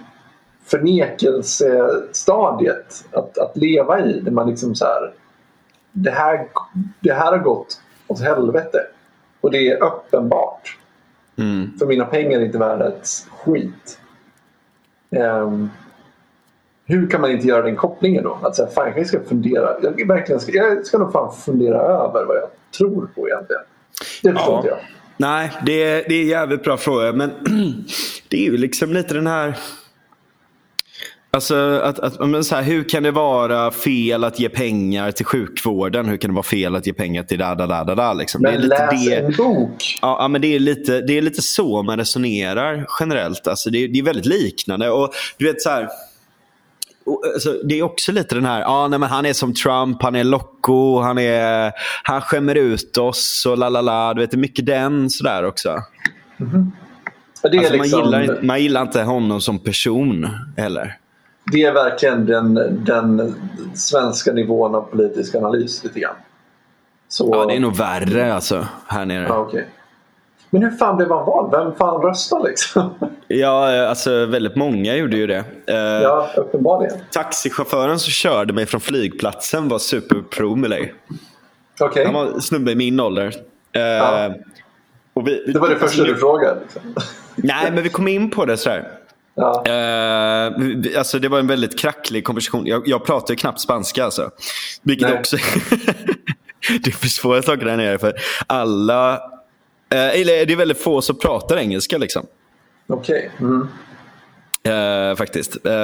förnekelsestadiet att, att leva i. Där man liksom så här, det här, det här har gått åt helvete. Och det är uppenbart. Mm. För mina pengar är inte värda ett skit. Um, hur kan man inte göra den kopplingen då? Att säga, fan jag ska fundera. Jag, verkligen ska, jag ska nog fan fundera över vad jag tror på egentligen. Det förstår Ja. inte jag. Nej, det är, det är en jävligt bra fråga. Men det är ju liksom lite den här... Alltså, att, att, men så här, hur kan det vara fel att ge pengar till sjukvården? Hur kan det vara fel att ge pengar till da, da, da, da, da liksom? Men det är lite läs det. en bok. Ja, ja, men det är, lite, det är lite så man resonerar generellt. Alltså, det, det är väldigt liknande. Och du vet så här... Och, alltså, det är också lite den här, ah, nej, men han är som Trump, han är loco, han, är, han skämmer ut oss och lalala. Du vet, det är mycket den sådär också. Mm-hmm. Det, är Alltså, liksom, man, gillar, man gillar inte honom som person heller. det är verkligen den, den svenska nivån av politisk analys lite grann. Så, Ja, det är nog värre alltså, här nere. Ja, okay. Men hur fan blev han vald? Vem fan röstade liksom? Ja, alltså väldigt många gjorde ju det. Eh, Ja, uppenbarligen. Taxichauffören som körde mig från flygplatsen var superpro med dig. Okej. Han var snubbe i min ålder. Eh, Ja. och vi, Det var det första du frågade. Liksom. Nej, men vi kom in på det så här. Ja. Eh, vi- alltså det var en väldigt kracklig konversation. Jag, jag pratar ju knappt spanska alltså. Vilket Nej. också... det är för svåra saker där nere. För alla... Eh, eller det är väldigt få som pratar engelska liksom. Okej. Mm. Eh, faktiskt. Eh,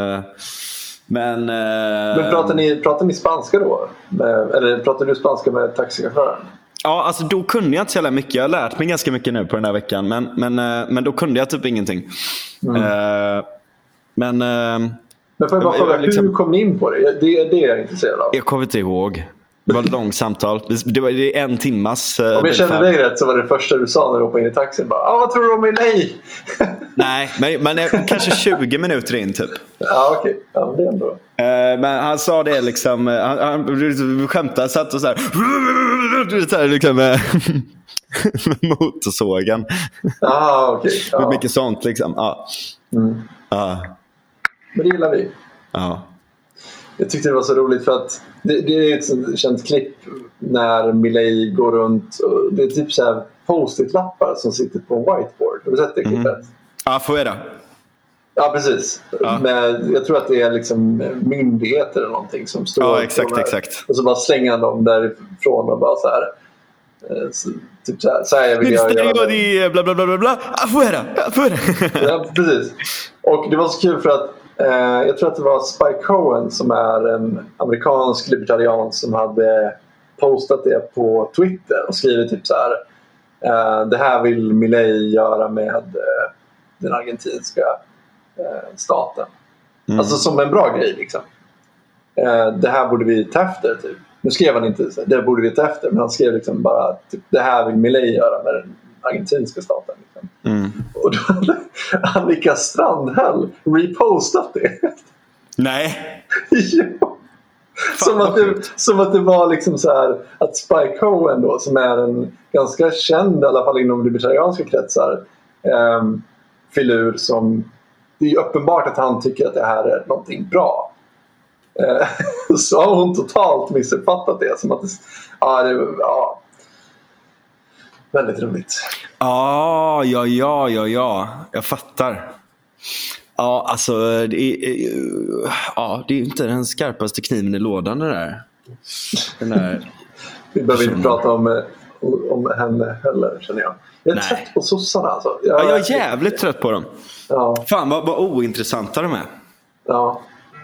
men... Eh, Men pratar ni, pratar ni spanska då? Med, eller pratar du spanska med taxichauffören? Ja, alltså då kunde jag inte så jävla mycket. Jag har lärt mig ganska mycket nu på den här veckan. Men, men, eh, men då kunde jag typ ingenting. Mm. Eh, men... Eh, Men får jag bara Jag- fråga, jag liksom- hur kom ni in på det? Det, det är jag intresserad av. jag kommer inte ihåg. Det var ett långt samtal. Det var det är en timmas... eh, Om jag känner bilfärd. dig rätt så var det första du sa när du hoppade in i taxin. Bara, ah, vad tror du om mig? Nej! Nej, men, men eh, kanske tjugo minuter in typ. Ja, okej. Okay. Ja, det är ändå. Eh, men han sa det liksom... eh, Han, han skämtade, satt och så här... Du vet, så här liksom, med, med motorsågen. Ah, okej. Okay. Ja. Mycket sånt liksom. Ja. Mm. Ja. Men det gillar vi. Ja. Jag tyckte det var så roligt för att det, det är ett sånt känt klipp när Milei går runt. Och det är typ så här post-it-lappar som sitter på en whiteboard. Har du sett det klippet? Mm. Ja, får jag det? Ja, precis. Ja. Men jag tror att det är liksom myndigheter eller någonting som står. Ja, på exakt, de här. exakt. Och så bara slänger han dem därifrån och bara så här. eh, Så, typ så här, så här jag vill jag Ministerio göra. di bla bla bla bla bla. Afuera, afuera. Ja, precis. Och det var så kul för att eh, jag tror att det var Spike Cohen som är en amerikansk libertarian som hade postat det på Twitter och skrivit typ så här. Eh, det här vill Milei göra med eh, den argentinska eh, staten. Mm. Alltså som en bra grej liksom. Eh, det här borde vi ta efter typ. Nu skrev han inte så, det borde vi ta efter, men han skrev liksom bara typ, det här vill Milei göra med den argentinska staten liksom. Mm. Och då hade Annika Strandhäll repostat det. Nej. Ja. Som att, det, som att det var liksom så här att Spike Cohen då, som är en ganska känd, i alla fall inom libertarianska kretsar, eh, filur som det är uppenbart att han tycker att det här är någonting bra. Eh, så har hon totalt missuppfattat det som att det, ja, det, ja, väldigt roligt. Ah, ja, ja, ja, ja. Jag fattar. Ja, alltså det är, ja, det är inte den skarpaste kniven i lådan det där. Den där Vi behöver inte prata om, om henne heller, känner jag. Jag är Nej. trött på sossarna alltså. Jag, ja, jag är jävligt trött på dem. Ja. Fan vad, vad ointressanta de är. Ja.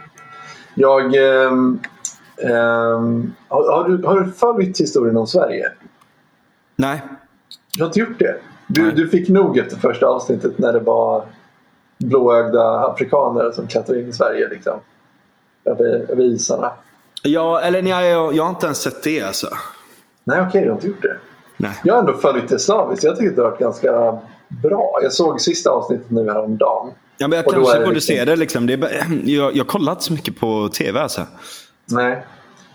Jag ähm, ähm, har, har, du, har du följt historien om Sverige? Nej. Du har inte gjort det? Du, du fick nog efter första avsnittet när det var blåögda afrikaner som klättrade in i Sverige liksom. Över, över isarna. Ja, eller nej, jag, jag har inte ens sett det alltså. Nej, okej, okay, du har inte gjort det. Nej. Jag har ändå följt det slaviskt. Jag tycker det har varit ganska bra. Jag såg sista avsnittet nu här om dagen. Ja, men jag kanske borde liksom... se det liksom. Det är bara... jag, jag kollar inte så mycket på tv alltså. Nej.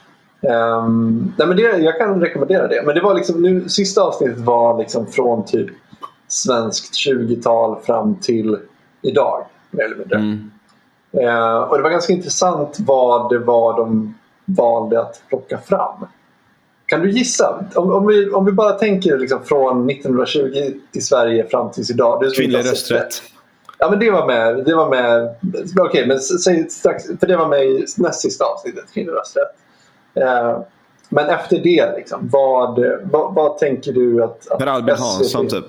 Um, nej men det, jag kan rekommendera det. Men det var liksom nu, sista avsnittet var liksom från typ svenskt tjugotal fram till idag, mer eller mindre. Mm. Uh, och det var ganska intressant vad det var de valde att plocka fram. Kan du gissa? Om, om, vi, om vi bara tänker liksom från nittonhundratjugo i Sverige fram till idag. Kvinnlig rösträtt. Ja, men det var med. Det var med. Okej, okay, men säg strax, för det var med i näst sista avsnittet, kvinnlig rösträtt. Uh, men efter det liksom, vad, vad, vad tänker du att... att Per Albin Hansson typ?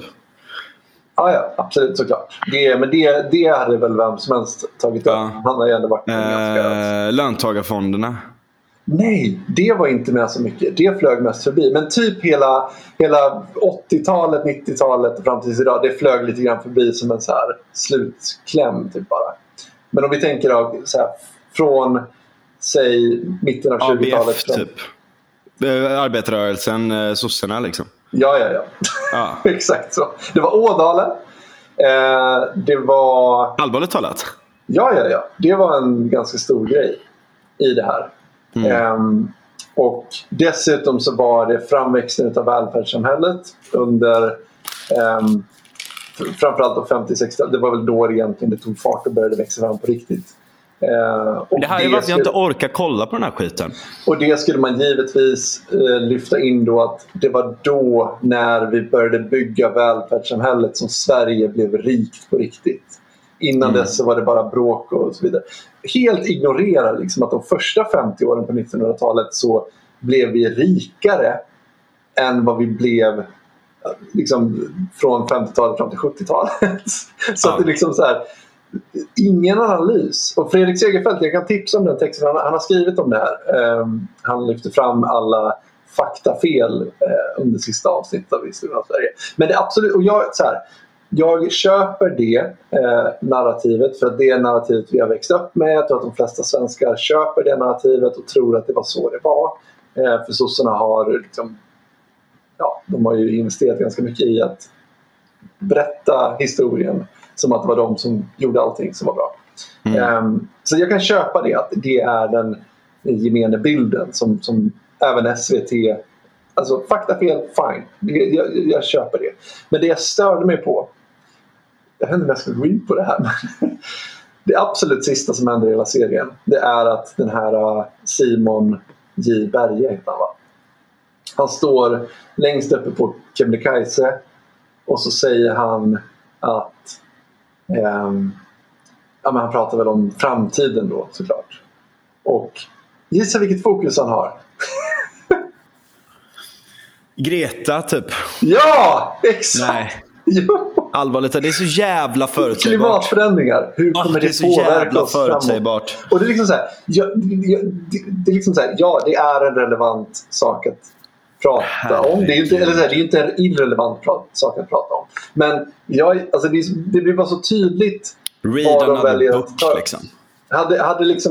Ja, ja, absolut, såklart. Det, men det, det hade väl vem som helst tagit upp. Ja. Han har ju ändå varit uh, ganska... Löntagarfonderna. Nej, det var inte med så mycket. Det flög mest förbi. Men typ hela, hela åttiotalet, nittiotalet och fram till idag, det flög lite grann förbi som en så här slutkläm typ bara. Men om vi tänker då, så här, från säg mitten av tjugotalet. A B F typ. Arbetarrörelsen, sossarna liksom. Ja, ja, ja. ja. Exakt så. Det var Ådalen. Eh, det var... Allvarligt talat? Ja, ja, ja. Det var en ganska stor grej i det här. Mm. Um, och dessutom så var det framväxten av välfärdssamhället under um, framförallt då femtio sextio. Det var väl då det egentligen det tog fart och började växa fram på riktigt. Uh, och det här är varför jag inte orkar kolla på den här skiten. Och det skulle man givetvis uh, lyfta in då, att det var då när vi började bygga välfärdssamhället som Sverige blev rikt på riktigt. Innan mm. dess så var det bara bråk och så vidare. Helt ignorerar liksom att de första femtio åren på nittonhundratalet så blev vi rikare än vad vi blev liksom från femtiotalet fram till sjuttiotalet. Så ja. Att det liksom så här, ingen analys. Och Fredrik Segerfeldt, jag kan tipsa om den texten. Han, han har skrivit om det här. Um, han lyfter fram alla faktafel uh, under sista avsnittet av historien av Sverige. Men det är absolut, och jag så här, jag köper det eh, narrativet för att det är narrativet vi har växt upp med. Jag tror att de flesta svenskar köper det narrativet och tror att det var så det var. Eh, för sossarna har liksom, ja, de har ju investerat ganska mycket i att berätta historien som att det var de som gjorde allting som var bra. Mm. Eh, så jag kan köpa det, att det är den gemene bilden som, som även S V T... Alltså faktafel, fine. Jag, jag, jag köper det. Men det jag störde mig på, jag vet inte om jag ska gå in på det här, men det absolut sista som händer i hela serien, det är att den här Simon J. Berge heter han, va? Han står längst uppe på Kebnekaise och så säger han att ähm, ja, men han pratar väl om framtiden då, såklart. Och gissa vilket fokus han har. Greta typ. Ja, exakt. Nej. Allvarligt, det är så jävla förutsägbart. Klimatförändringar, hur kommer oh, det, det påverka oss förutsägbart. Och det är liksom så här, ja, det, det är liksom så här, ja, det är en relevant sak att prata Herregud. om. Det är inte, eller så här, det är inte en irrelevant prat, sak att prata om. Men jag, alltså det, det blir bara så tydligt Read vad de väljer book, att ta. Liksom. Hade, hade liksom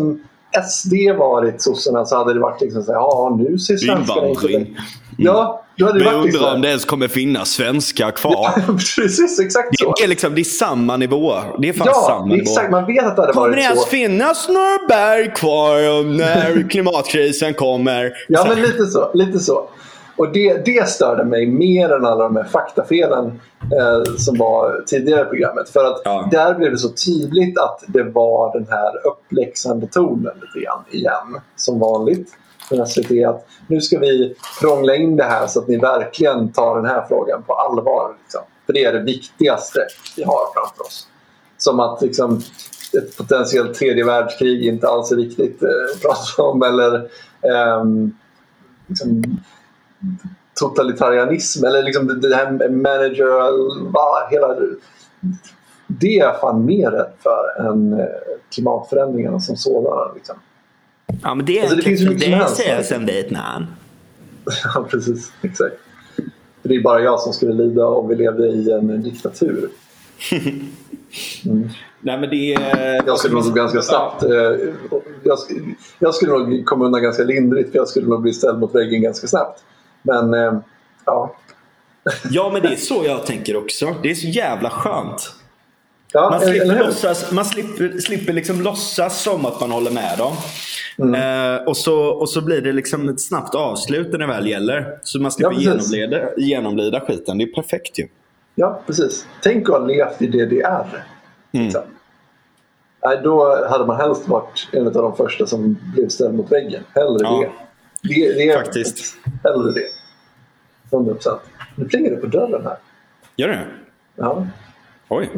S D varit sossarna så hade det varit liksom så här, ja nu ser svenskarna inte. Ja, då hade det men varit undrar liksom, om det ens kommer finnas svenskar kvar. Ja, precis, exakt så. Det är liksom, det är samma nivå. Det är fan ja, samma nivå. Exakt, man vet att det hade kommer varit det så. ens finnas några berg kvar när klimatkrisen kommer? Ja, men lite så, lite så. Och det, det störde mig mer än alla de här faktafelen eh, som var tidigare i programmet. För att ja. Där blev det så tydligt att det var den här uppläxande tonen lite grann igen. Som vanligt. Från S V T att nu ska vi krångla in det här så att ni verkligen tar den här frågan på allvar. Liksom. För det är det viktigaste vi har framför oss. Som att liksom, ett potentiellt tredje världskrig inte alls är viktigt eh, prata om. Eller eh, liksom, totalitarianism eller liksom det här manager va, hela det är fan mer rädd för än klimatförändringarna som sådana liksom. Ja, men det är alltså, det finns ju mycket det säger som Vietnam. Ja, precis, exakt. För det är bara jag som skulle lida om vi levde i en diktatur. Mm. Nej, men det är... Jag skulle nog ganska snabbt jag skulle, jag skulle nog komma undan ganska lindrigt för jag skulle nog bli ställd mot väggen ganska snabbt. Men, eh, ja. Ja, men det är så jag tänker också. Det är så jävla skönt. Ja, man slipper, låtsas, man slipper, slipper liksom låtsas som att man håller med dem. Mm. Eh, och, så, och så blir det liksom ett snabbt avslut när det väl gäller. Så man slipper ja, genomlida, genomlida skiten. Det är perfekt ju. Ja, precis. Tänk att ha levt i D D R. Mm. Liksom. Nej, då hade man helst varit en av de första som blev ställd mot väggen. Hellre ja. det. Det, det är faktiskt. Hellre det. hundra procent. Nu plingar det på dörren här. Gör det? Ja. Oj.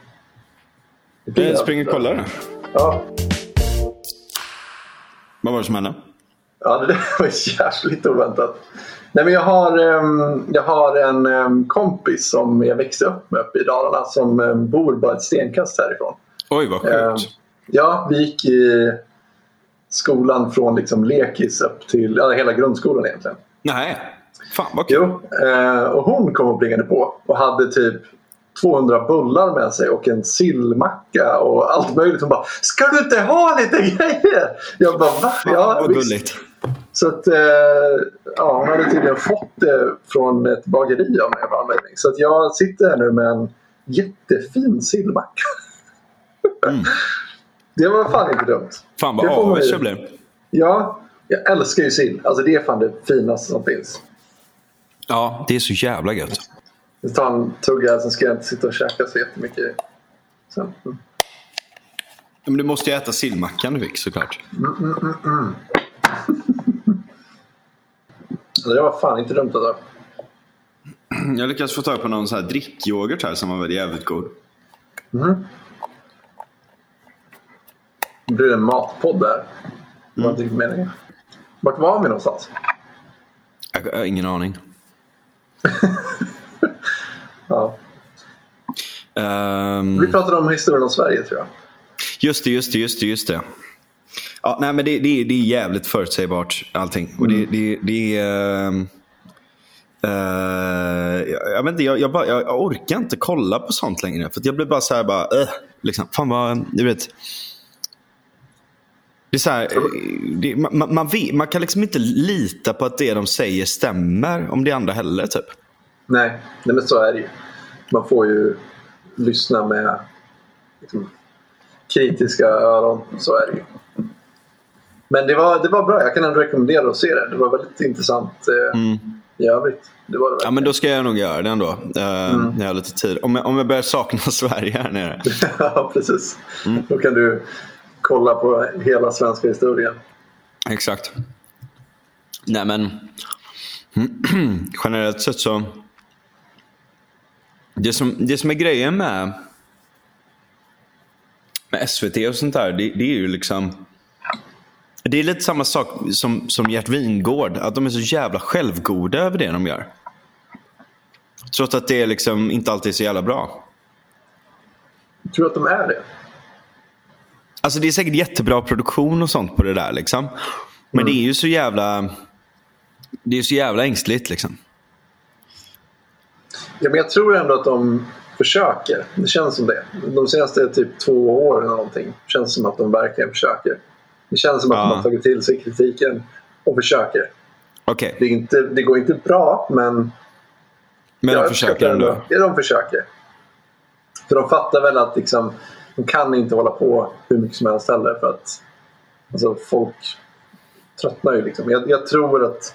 Jag springer och kollar det. Ja. Vad var det som hände? Ja, det var jävligt oväntat. Nej, men jag har, um, jag har en um, kompis som jag växte upp med uppe i Dalarna som um, bor bara ett stenkast härifrån. Oj, vad sjukt. Um, ja, vi gick i skolan från liksom lekis upp till ja, hela grundskolan egentligen. Nej, fan vad kul. Jo, uh, och hon kom och plingade på och hade typ tvåhundra bullar med sig och en sillmacka och allt möjligt. Hon bara, ska du inte ha lite grejer? Jag bara, va? Ja, vad gulligt. Så att, eh, ja, hon hade tydligen fått det från ett bageri av mig av anledning. Så att jag sitter här nu med en jättefin sillmacka. Mm. Det var fan inte dumt. Fan vad avis jag blev. Ja, jag älskar ju sill. Alltså det är fan det finaste som finns. Ja, det är så jävla gött. Jag tar en tugga, sen ska jag inte sitta och käka så jättemycket. Så. Mm. Men du måste ju äta sillmackan du fick såklart. Mm, mm, mm, mm. Det var fan inte dumt alltså. Jag lyckades få tag på någon sån här drickyoghurt här som var väldigt jävligt god. Mm. Det blir en matpodd där. Det var inte riktigt meningen. Vart var vi någonstans? Jag har ingen aning. Ja. Um, vi pratade om historien om Sverige tror jag. Just det, just det, just det, just det. Ja, nej men det, det, det är jävligt förutsägbart allting. Och det, det, det är... Uh, uh, jag vet inte, jag, jag, bara, jag orkar inte kolla på sånt längre. För att jag blir bara så här, bara... Uh, liksom, fan vad... Du vet... Det är så här, det, man, man, vet, man kan liksom inte lita på att det de säger stämmer om det andra heller, typ. Nej, nej men så är det ju. Man får ju lyssna med liksom, kritiska öron, så är det ju. Men det var, det var bra, jag kan ändå rekommendera att se det. Det var väldigt intressant eh, mm. i övrigt. Det var det ja, men då ska jag nog göra det ändå. Eh, mm. När jag har lite tid. Om jag, om jag börjar sakna Sverige här nere. Ja, precis. Mm. Då kan du kolla på hela svenska historien. Exakt. Nej, men generellt sett så det som, det som är grejen med med S V T och sånt där, det, det är ju liksom det är lite samma sak som, som Gert Wingård, att de är så jävla självgoda över det de gör. Trots att det är liksom inte alltid så jävla bra. Jag tror att de är det. Alltså det är säkert jättebra produktion och sånt på det där liksom. Men mm. det är ju så jävla det är så jävla ängsligt liksom. Ja, men jag tror ändå att de försöker. Det känns som det. De senaste typ två åren eller någonting känns som att de verkligen försöker. Det känns som att Ja. de har tagit till sig kritiken och försöker. Okej, Det, är inte, det går inte bra, men... men jag de försöker uppskattar ändå. Ja, de försöker. För de fattar väl att liksom, de kan inte hålla på hur mycket som helst heller. För att alltså, folk tröttnar ju. Liksom. Jag, jag tror att...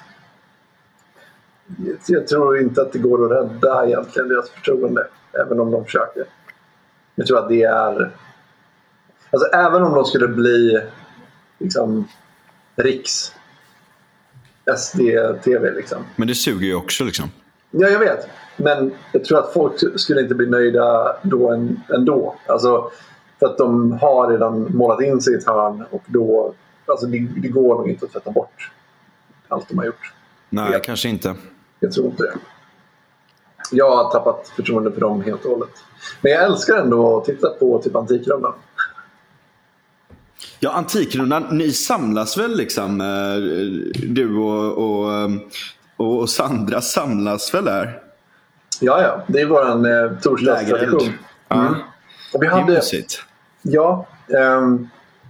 Jag tror inte att det går att rädda egentligen deras förtroende. Även om de försöker. Jag tror att det är... Alltså även om de skulle bli liksom riks S D-T V liksom. Men det suger ju också liksom. Ja, jag vet. Men jag tror att folk skulle inte bli nöjda då en, ändå. Alltså för att de har redan målat in sig i ett hörn och då... Alltså det, det går nog inte att tvätta bort allt de har gjort. Nej, Ja. kanske inte. Jag tror inte det. Jag har tappat förtroende för dem helt och hållet. Men jag älskar ändå att titta på typ Antikrundan. Ja, Antikrundan, ni samlas väl liksom, eh, du och, och, och, och Sandra samlas väl där? Ja, ja. Det är våran eh, torsdagstradition. Ja. Mm. Och vi Det är hade... mysigt. Ja. ehm,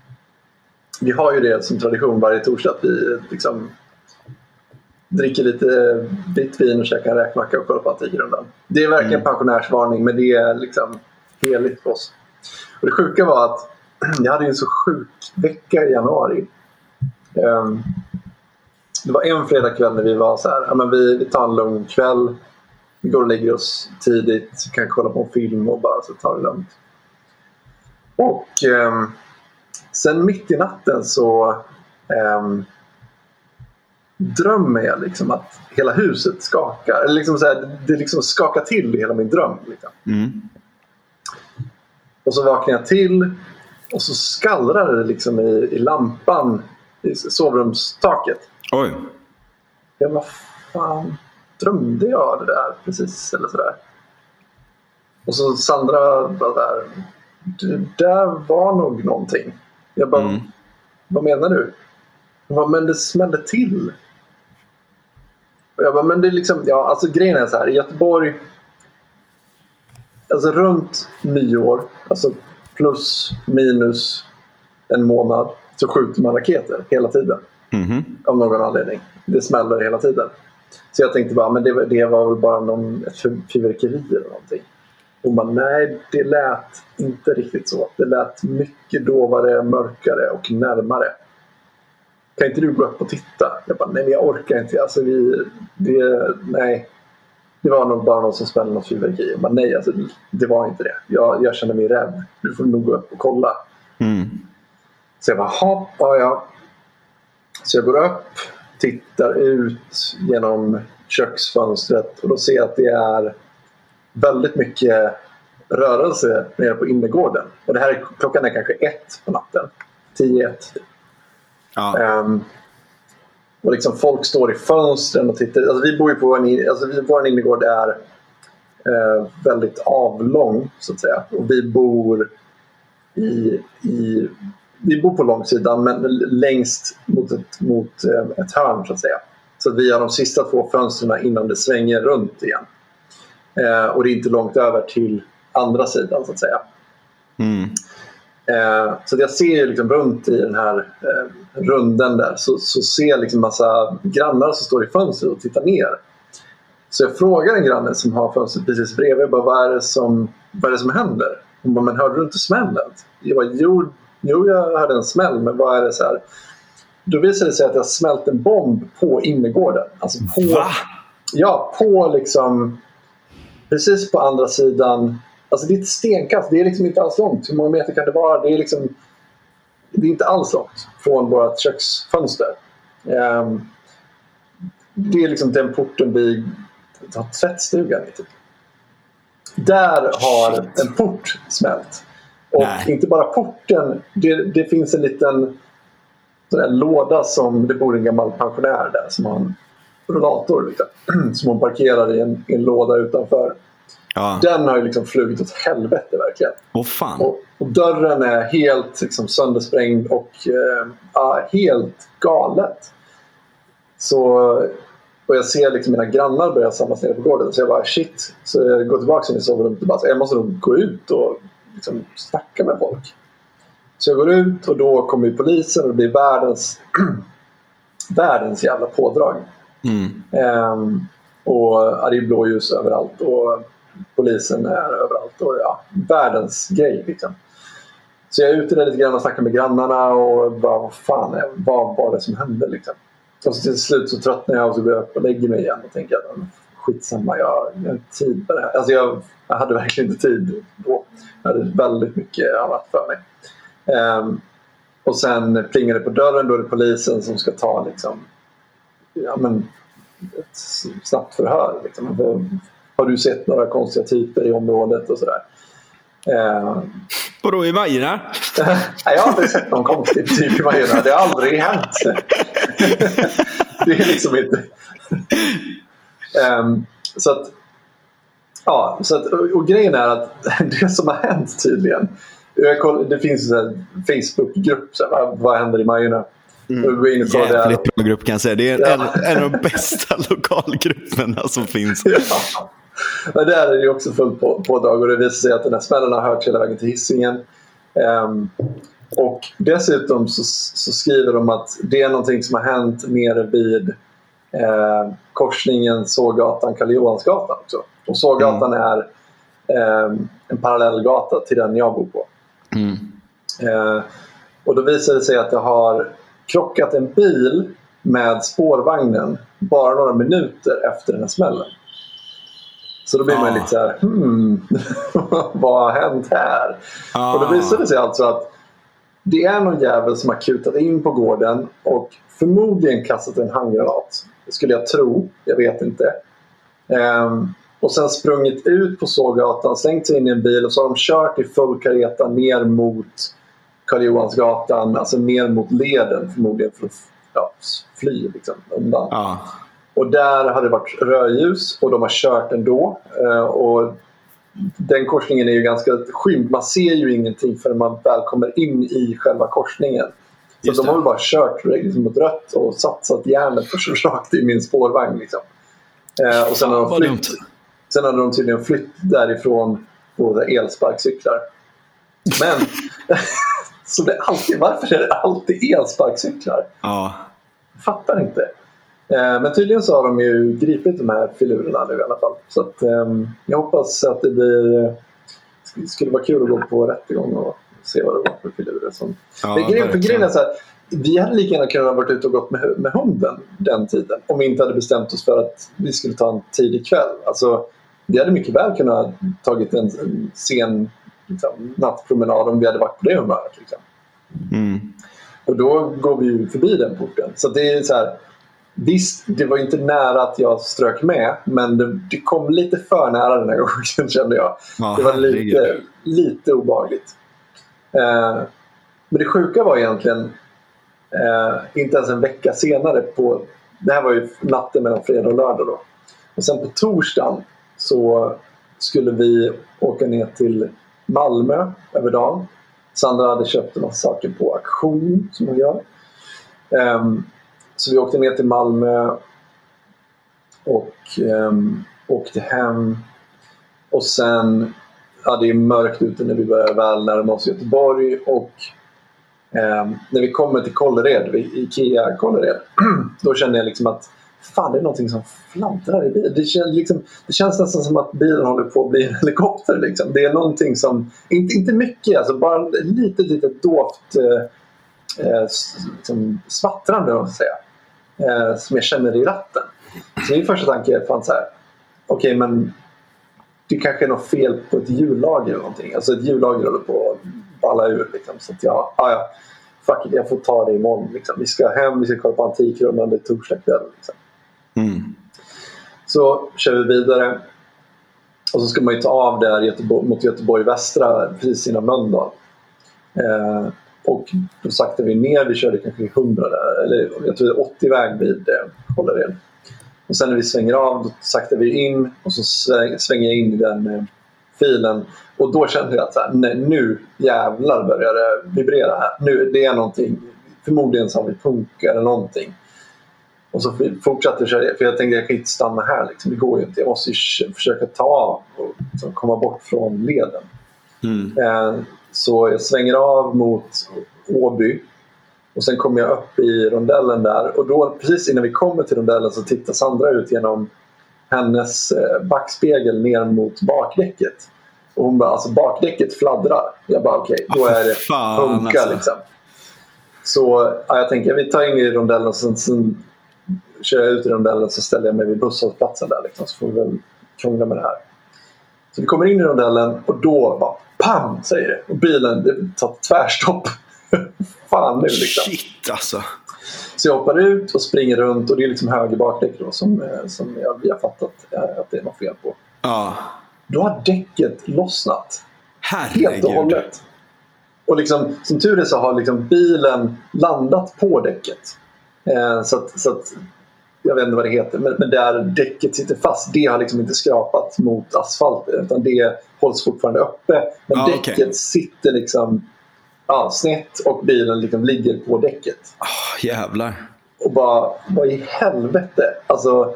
vi har ju det som tradition varje torsdag att vi liksom dricker lite vitt vin och käkar en räkmacka och kollar på Antikrundan. Det är verkligen Mm. pensionärsvarning, men det är liksom heligt för oss. Och det sjuka var att jag hade en så sjuk vecka i januari. Um, det var en fredagkväll när vi var så här, ja, men vi, vi tar en lugn kväll. Vi går och lägger oss tidigt, kan kolla på en film och bara så tar det lugnt. Och um, sen mitt i natten så um, drömmer jag liksom att hela huset skakar. Eller liksom så här, det liksom skakar till i hela min dröm. Liksom. Mm. Och så vaknar jag till och så skallrar det liksom i, i lampan i sovrumstaket. Oj. Jag bara, fan, drömde jag det där precis eller sådär? Och så Sandra bara där, det där var nog någonting. Jag bara, Mm. vad menar du? Jag bara, men det smällde till. Och jag bara, men det är liksom, ja alltså grejen är så här, i Göteborg, alltså runt nyår, alltså plus minus en månad, så skjuter man raketer hela tiden. Mhm. Av någon anledning. Det smäller hela tiden. Så jag tänkte bara, men det, var- det var väl bara någon, ett fyrverkeri eller någonting. Och man, nej, det lät inte riktigt så. Det lät mycket dovare, mörkare och närmare. Kan inte du gå upp och titta? Jag bara, nej men jag orkar inte. Alltså vi, det, nej. Det var nog bara någon som smällde något fyrverkeri. Jag bara, nej, alltså, det var inte det. Jag, jag kände mig rädd. Du får nog gå upp och kolla. Mm. Så jag bara, ja, ja. Så jag går upp, tittar ut genom köksfönstret och då ser jag att det är väldigt mycket rörelse nere på innergården. Och det här är, klockan är kanske ett på natten. Tio, ett. Ja. Um, och liksom folk står i fönstren och tittar. Alltså vi bor ju på en, alltså vi, vår innergård är uh, väldigt avlång så att säga. Och vi bor i, i vi bor på långsidan men längst mot ett, mot ett hörn så att säga. Så att vi har de sista två fönstren innan det svänger runt igen. Eh, och det är inte långt över till andra sidan så att säga. Mm. Eh, så att jag ser liksom runt i den här eh, runden där så, så ser jag liksom massa grannar som står i fönstret och tittar ner. Så jag frågar en granne som har fönstret precis bredvid, bara, vad, är det som, vad är det som händer? Hon bara, men hörde du inte smällen? Jag bara, jo, jo jag hörde en smäll, men vad är det så här? Då visade det sig att jag smält en bomb på innergården. Alltså på, Va? ja, på liksom precis på andra sidan. Alltså det är ett stenkast, det är liksom inte alls långt. Hur många meter kan det vara? Det är liksom det är inte alls långt från vårt köksfönster. Um, det är liksom den porten vi har tvättstugan i typ. Där har Shit. en port smält. Och Nej. inte bara porten, det, det finns en liten sån där låda som det bor en gammal pensionär där som har en rollator liksom, som hon parkerar i en, i en låda utanför. Ja. Den har ju liksom flugit åt helvete verkligen. Åh fan. Och, och dörren är helt liksom söndersprängd och eh, ja, helt galet. Så, och jag ser liksom mina grannar börja samlas ner på gården. Så jag bara shit. Så jag går tillbaka in i sovrummet och bara, jag måste nog gå ut och liksom snacka med folk. Så jag går ut och då kommer ju polisen och det blir världens världens jävla pådrag. Mm. Um, och ja, det är blåljus överallt och polisen är överallt och ja, världens grej liksom. Så jag är ute där lite grann och snackar med grannarna och bara, vad fan är, vad var det som hände liksom. Och så till slut så tröttnar jag och så går jag upp och lägger mig igen och tänker att skitsamma, jag, jag har tid för det här. Alltså jag, jag hade verkligen inte tid då. Jag hade väldigt mycket annat för mig. Um, och sen plingar det på dörren, då är det polisen som ska ta liksom, ja, men, ett snabbt förhör. Liksom. Har du sett några konstiga typer i området och sådär? Uh, och då i Majorna? Nej, jag har aldrig sett någon konstig typ i Majorna. Det har aldrig hänt. Det är liksom inte... um, så att... Ja, så att, och, och grejen är att det som har hänt tydligen... Jag koll, det finns en Facebook-grupp så här, vad, vad händer i Majorna? Mm. Jävligt bra grupp kan jag säga. Det är ja. en, en av de bästa lokalgrupperna som finns. Ja. Men där är det också fullt på, på dag och det visar sig att den här smällen har hört hela vägen till Hisingen. Um, och dessutom så, så skriver de att det är någonting som har hänt nere vid uh, korsningen Sågatan Karl Johansgatan också. Och Sågatan mm. är um, en parallellgata till den jag bor på. Mm. Uh, och då visar det sig att det har krockat en bil med spårvagnen bara några minuter efter den här smällen. Så då blir man ah. lite så här, hmm, vad har hänt här? Ah. Och då visar det sig alltså att det är någon jävel som har kutat in på gården och förmodligen kastat en handgranat. Det skulle jag tro, jag vet inte. Um, och sen sprungit ut på Sågatan, slängt sig in i en bil och så har de kört i full kareta ner mot Karl Johansgatan, alltså ner mot leden förmodligen för att ja, fly liksom, undan. Ah. Och där har det varit rödljus och de har kört ändå. Och den korsningen är ju ganska skymd. Man ser ju ingenting förrän man väl kommer in i själva korsningen. Så de har väl bara kört liksom mot rött och satsat järnet för rakt i min spårvagn. Liksom. Och sen har de flytt. Sen hade de tydligen flytt därifrån på elsparkcyklar. Men så det är alltid, varför är det alltid elsparkcyklar? Ja. Jag fattar inte. Men tydligen så har de ju gripit de här filurerna nu i alla fall. Så att, um, jag hoppas att det blir... Det skulle vara kul att gå på rättegång och se vad det var för filurer. Som... Ja, men grejen, för grejen är så här, vi hade lika gärna kunnat ha varit ute och gått med, med hunden den tiden. Om vi inte hade bestämt oss för att vi skulle ta en tidig kväll. Alltså, vi hade mycket väl kunnat tagit en, en sen liksom, nattpromenad om vi hade varit på det humöret. Liksom. Mm. Och då går vi ju förbi den porten. Så det är så här... Visst, det var inte nära att jag strök med, men det, det kom lite för nära den här gången, kände jag. Ja, det var lite, lite obehagligt. Eh, men det sjuka var egentligen eh, inte ens en vecka senare på, det här var ju natten mellan fredag och lördag då. Och sen på torsdagen så skulle vi åka ner till Malmö över dagen. Sandra hade köpt en massa saker på auktion som hon gör. Eh, Så vi åkte ner till Malmö och um, åkte hem. Och sen, ja, det är mörkt ute när vi börjar väl närma oss Göteborg. Och um, när vi kommer till Kållered, vid Ikea Kållered, då känner jag liksom att fan, det är någonting som fladdrar i bilen. Det känns, liksom, det känns nästan som att bilen håller på att bli en helikopter. Liksom. Det är någonting som, inte, inte mycket, alltså bara lite, lite dovt eh, liksom smattrande, måste jag säga. Eh, som jag känner i ratten. Så min första tanke är fan så här: okej, okay, men det kanske är något fel på ett hjullager eller någonting. Alltså ett hjullager håller på att balla ur liksom. Så att jag, ah, ja, fuck it, jag får ta det imorgon liksom. Vi ska hem, vi ska kolla på Antikrundan, det är torsdag kväll liksom. Mm. Så kör vi vidare. Och så ska man ju ta av där Göteborg, mot Göteborg västra precis innan Mölndal. Eh, Och då saktade vi ner, vi körde kanske hundra där, eller jag tror det är åttio väg vid eh, Kållered. Och sen när vi svänger av, då saktade vi in och så svänger jag in i den eh, filen. Och då kände jag att så här, nej, nu jävlar börjar det vibrera här. Nu, det är någonting, förmodligen så har vi punka eller någonting. Och så fortsatte jag köra, för jag tänkte jag kan inte stanna här liksom. Det går ju inte, jag måste ju försöka ta av och liksom, komma bort från leden. Mm. Eh, Så jag svänger av mot Åby. Och sen kommer jag upp i rondellen där. Och då precis innan vi kommer till rondellen så tittar Sandra ut genom hennes backspegel ner mot bakdäcket. Och hon bara, alltså bakdäcket fladdrar. Jag bara okej, okay, då är det funka alltså. Liksom. Så ja, jag tänker vi tar in i rondellen och sen, sen kör jag ut i rondellen så ställer jag mig vid busshållplatsen där liksom, så får vi väl krångla med det här. Så vi kommer in i rondellen och då bara pam säger det. Och bilen det tar tvärstopp. Fan nu liksom. Shit alltså. Så jag hoppar ut och springer runt och det är liksom höger bakdäck då som, som jag, vi har fattat att det är något fel på. Ja. Då har däcket lossnat. Herregud. Helt och hållet. Och liksom, som tur är så har liksom bilen landat på däcket. Eh, så, att, så att jag vet inte vad det heter, men, men där däcket sitter fast, det har liksom inte skrapat mot asfalten utan det hålls fortfarande uppe. Men ah, däcket okay. sitter liksom ja, snett och bilen liksom ligger på däcket. Oh, jävlar. Och bara, vad i helvete? Alltså,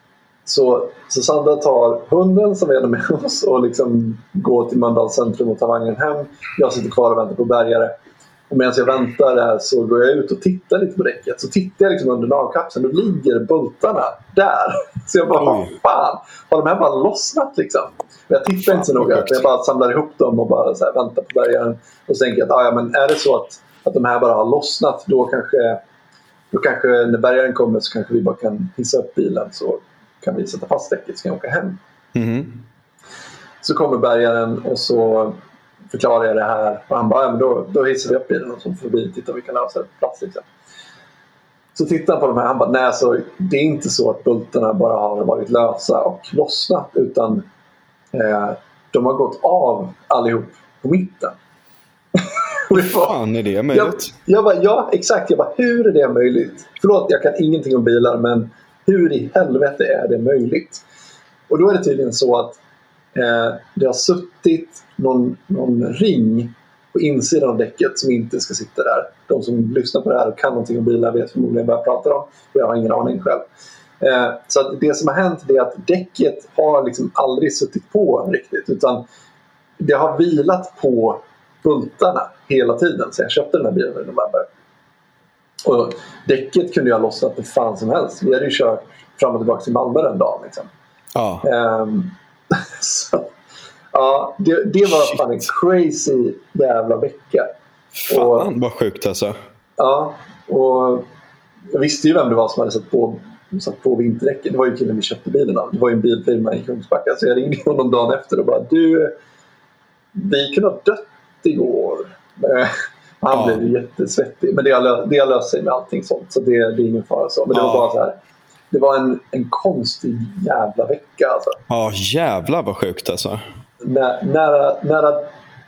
så, så Sandra tar hunden som är med oss och liksom går till Mölndals centrum och tar vagnen hem. Jag sitter kvar och väntar på bärgare. Och medan jag väntar där så går jag ut och tittar lite på däcket. Så tittar jag liksom under navkapseln och då ligger bultarna där. Så jag bara, vad fan? Har de här bara lossnat liksom? Men jag tittar inte så noga. Jag bara samlar ihop dem och bara så här, väntar på bärgaren. Och så tänker jag att ah, ja, men är det så att, att de här bara har lossnat då kanske, då kanske när bärgaren kommer så kanske vi bara kan hissa upp bilen så kan vi sätta fast däcket så kan jag åka hem. Mm. Så kommer bärgaren och så förklarar jag det här. Och han bara, ja, men då, då hissar vi upp bilen och så får vi titta om vi kan lösa det på plats. Liksom. Så tittar han på de här. Han bara, nej så det är inte så att bultarna bara har varit lösa och lossnat. Utan eh, de har gått av allihop på mitten. Hur fan är det möjligt? Jag, jag bara, ja exakt. Jag bara, hur är det möjligt? Förlåt, jag kan ingenting om bilar men hur i helvete är det möjligt? Och då är det tydligen så att eh, det har suttit någon, någon ring på insidan av däcket som inte ska sitta där. De som lyssnar på det här och kan någonting om bilar vet förmodligen vad jag pratar om. Jag har ingen aning själv. Eh, så att det som har hänt är att däcket har liksom aldrig suttit på riktigt. Utan det har vilat på bultarna hela tiden. Så jag köpte den här bilen i november. Och däcket kunde jag lossna på fan som helst. Vi hade ju kört fram och tillbaka till Malmö den dagen. Liksom. Ja. Um, så, ja, det, det var fan en crazy jävla vecka. Fan och, vad sjukt alltså. Ja, och jag visste ju vem det var som hade satt på, satt på vinterdäcken. Det var ju killen vi köpte bilen av. Det var ju en bilfirma i Kungsbacka. Så jag ringde honom dagen efter och bara, du, vi kunde ha dött igår. Han ja. blev jättesvettig. Men det har, lö- det har löst sig med allting sånt. Så det, det är ingen fara så. Men det ja. var bara så här. Det var en, en konstig jävla vecka alltså. Ja, jävlar vad sjukt alltså. Nä, nära, nära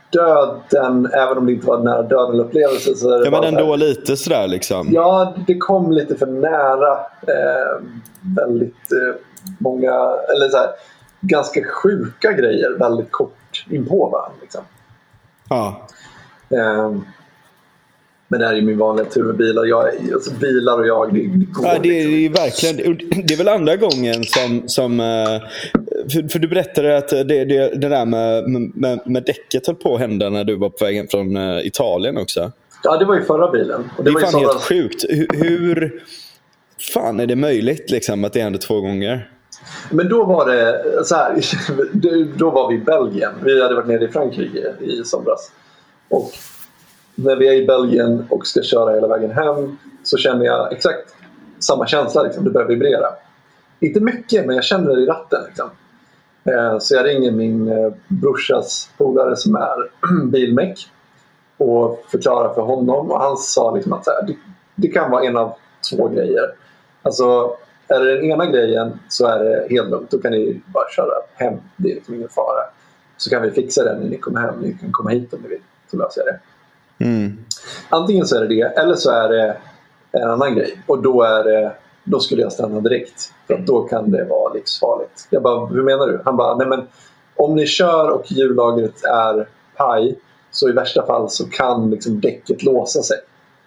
döden, även om det inte var nära döden upplevelse. Så är det ja, men ändå här, lite sådär liksom. Ja, det kom lite för nära. Eh, väldigt eh, många, eller så här, ganska sjuka grejer väldigt kort inpå varandra liksom. Ja. Eh, Men det här är min vanliga tur med bilar. Jag, alltså bilar och jag, det, det går ja, det är ju liksom. verkligen. Det är väl andra gången som, som för, för du berättade att det, det, det där med, med, med däcket höll på att hända när du var på vägen från Italien också. Ja, det var ju förra bilen. Och det, det var är fan ju helt sjukt. Hur, hur fan är det möjligt liksom, att det hände två gånger? Men då var det så här, då var vi i Belgien. Vi hade varit nere i Frankrike i somras. Och när vi är i Belgien och ska köra hela vägen hem så känner jag exakt samma känsla. Liksom. Det börjar vibrera. Inte mycket, men jag känner det i ratten. Liksom. Eh, så jag ringer min eh, brorsas polare som är bilmek och förklarar för honom. Och han sa liksom att så här, det, det kan vara en av två grejer. Alltså, är det den ena grejen så är det helt lugnt. Då kan ni bara köra hem. Det är liksom ingen fara. Så kan vi fixa det när ni kommer hem. Ni kan komma hit om ni vill. Så löser jag det. Mm. Antingen så är det det eller så är det en annan grej och då är det, då skulle jag stanna direkt för att då kan det vara livsfarligt. Jag bara, hur menar du? Han bara, nej men om ni kör och hjullagret är paj så i värsta fall så kan liksom däcket låsa sig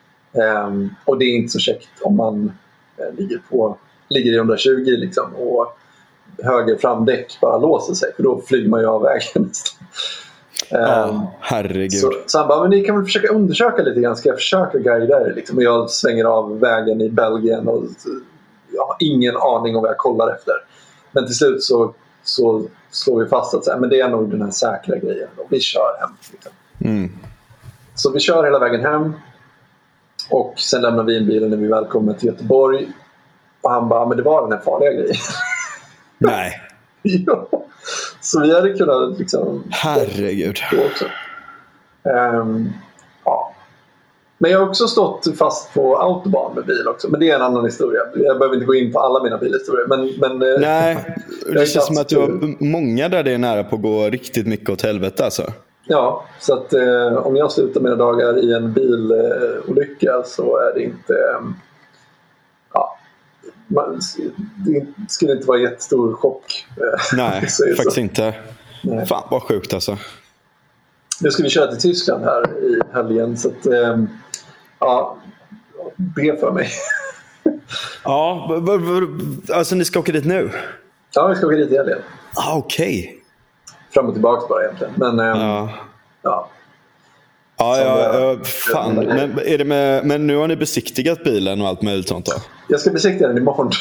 um, och det är inte så käckt om man eh, ligger på ligger i hundratjugo liksom och höger framdäck bara låser sig för då flyger man ju av vägen. Ja, um, herregud. Så, så han bara, men ni kan väl försöka undersöka lite grann. Ska jag försöka guida er liksom? Och jag svänger av vägen i Belgien och jag har ingen aning om vad jag kollar efter. Men till slut så, så slår vi fast att så här, men det är nog den här säkra grejen. Och vi kör hem. Liksom. Mm. Så vi kör hela vägen hem. Och sen lämnar vi in bilen när vi väl kommer till Göteborg. Och han bara, men det var den här farliga grejen. Nej. Ja. Så vi hade kunnat liksom... Herregud. Också. Um, ja. Men jag har också stått fast på autobahn med bil också. Men det är en annan historia. Jag behöver inte gå in på alla mina bilhistorier. Men, men, nej, det känns som att du har många där det är nära på att gå riktigt mycket åt helvete alltså. Ja, så att eh, om jag slutar mina dagar i en bilolycka eh, så är det inte... Eh, ja, man, det skulle inte vara en jättestor chock. Eh, Nej, faktiskt inte. Nej. Fan, vad sjukt alltså. Nu ska vi köra till Tyskland här i helgen så att... Eh, ja, be för mig. Ja, v- v- v- alltså ni ska åka dit nu? Ja, vi ska åka dit i helgen. Ah, okej. Okay. Fram och tillbaka bara egentligen. Men, eh, ja. Ja. Ja, ja, ja, fan. Men, är det med, men nu har ni besiktigat bilen och allt möjligt sånt då? Jag ska besiktiga den imorgon.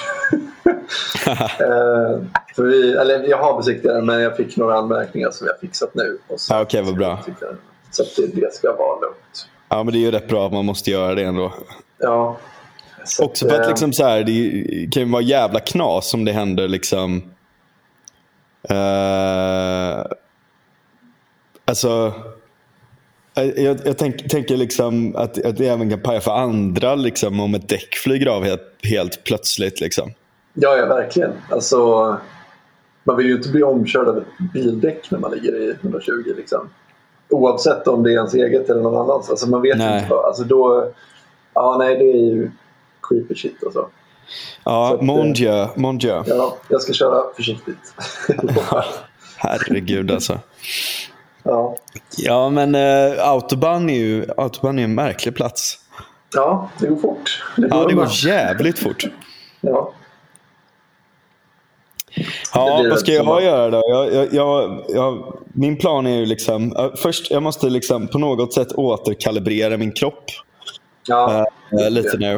eh, för vi, eller jag har besiktigat den, men jag fick några anmärkningar som jag fixat nu. Så, ja, okej, okay, vad bra. Så att det, det ska vara lugnt. Ja, men det är ju rätt bra att man måste göra det ändå. Ja. Så också för att liksom så här, det kan ju vara jävla knas om det händer liksom... Uh, alltså... Jag, jag tänk, tänker liksom att, att det även kan paja för andra liksom, om ett däck flyger av helt, helt plötsligt liksom. Ja, ja, verkligen. Alltså, man vill ju inte bli omkörd av ett bildäck när man ligger i etthundratjugo liksom. Oavsett om det är ens eget eller någon annans. Alltså man vet nej. inte vad. Alltså då, ja nej det är ju creepy shit alltså. Ja, mon dieu, mon dieu. Ja, jag ska köra försiktigt. Herregud alltså. Ja. Ja, men uh, autobahn är ju autobahn är en märklig plats. Ja, det går fort. Det går ja, det går jävligt fort. Ja. Ja, vad ska jag ha göra då? Jag, jag, jag, jag, min plan är ju liksom... Uh, först, jag måste liksom på något sätt återkalibrera min kropp. Ja. Uh, lite nu.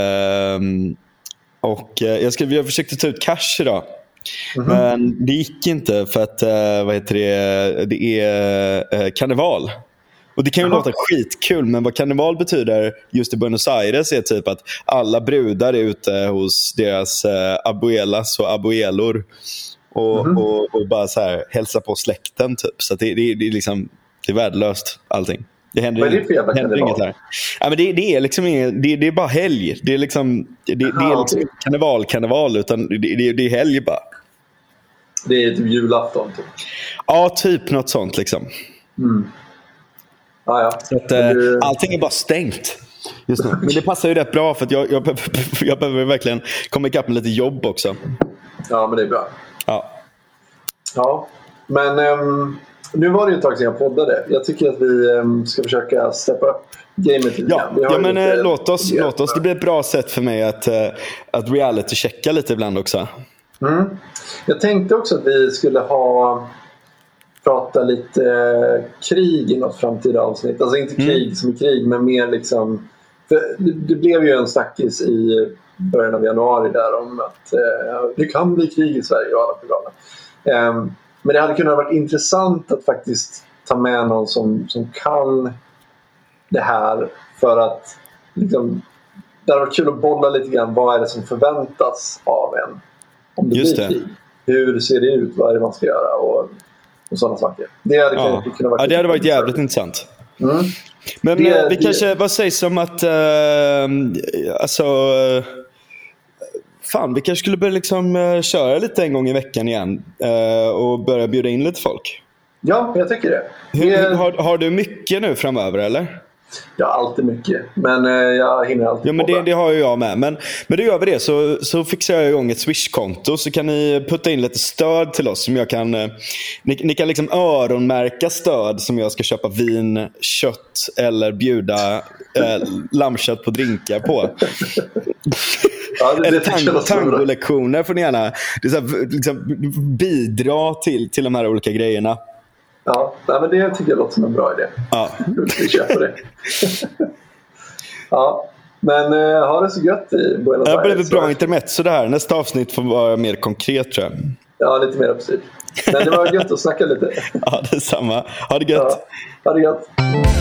Uh, och uh, jag, ska, jag försökte ta ut cash idag. Mm-hmm. Men det gick inte för att uh, vad heter det, det är uh, karneval. Och det kan ju Aha. låta skitkul, men vad karneval betyder just i Buenos Aires är typ att alla brudar är ute hos deras uh, abuelas och abuelor och, mm-hmm. och, och bara så här hälsa på släkten typ. Så att det, det, det är liksom det är värdelöst allting. Det händer, vad är det för jävla händer inget här. Ja, men det, det är liksom det, det är bara helg. Det är liksom det, det, Aha, det är liksom okay. karneval karneval utan det, det, det är helg bara. Det är typ julafton typ. Ja, typ något sånt liksom. Mm. Ah, ja. Så att, du... allting är bara stängt just nu. Men det passar ju rätt bra för att jag, jag, jag behöver verkligen komma ikapp med lite jobb också. Ja, men det är bra. Ja. Ja, men um, nu var det ju ett tag sedan jag poddade. Jag tycker att vi um, ska försöka steppa upp gamet lite. Ja, ja men lite, äh, låt oss, låt oss. Det blir ett bra sätt för mig att, uh, att reality-checka lite ibland också. Mm. Jag tänkte också att vi skulle ha prata lite eh, krig i något framtida avsnitt. Alltså inte krig mm. som i krig, men mer liksom... För det, det blev ju en snackis i början av januari där om att eh, det kan bli krig i Sverige och alla programmen. Eh, men det hade kunnat vara intressant att faktiskt ta med någon som, som kan det här för att liksom, det hade varit kul att bolla lite grann vad är det som förväntas av en om det Just blir det. krig. Hur ser det ut? Vad är det man ska göra? Och, och sådana saker. Det hade, ja. kunnat vara ja, det hade varit jävligt intressant. Mm. Men det, vi det... kanske, vad sägs om att uh, alltså uh, fan, vi kanske skulle börja liksom uh, köra lite en gång i veckan igen uh, och börja bjuda in lite folk. Ja, jag tycker det. Hur, det... Har, har du mycket nu framöver eller? Ja, alltid mycket. Men eh, jag hinner alltid. Ja, men det, det har ju jag med. Men, men då gör vi det. Så, så fixar jag igång ett Swish-konto. Så kan ni putta in lite stöd till oss. Som jag kan, eh, ni, ni kan liksom öronmärka stöd som jag ska köpa vin, kött eller bjuda eh, lammkött på drinkar på. Ja, det, eller det tang- tangolektioner får ni gärna det är så här, liksom, bidra till, till de här olika grejerna. Ja, nej, men det tycker jag låter som en bra idé. Ja. Vi köper det. Ja, men uh, ha det så gött i Buenos Aires. Det blev ett bra intermezzo det här. Nästa avsnitt får vara mer konkret, tror jag. Ja, lite mer uppstyrt. Men det var gött att snacka lite. Ja, detsamma. Ha det gött. Ja, ha det gött.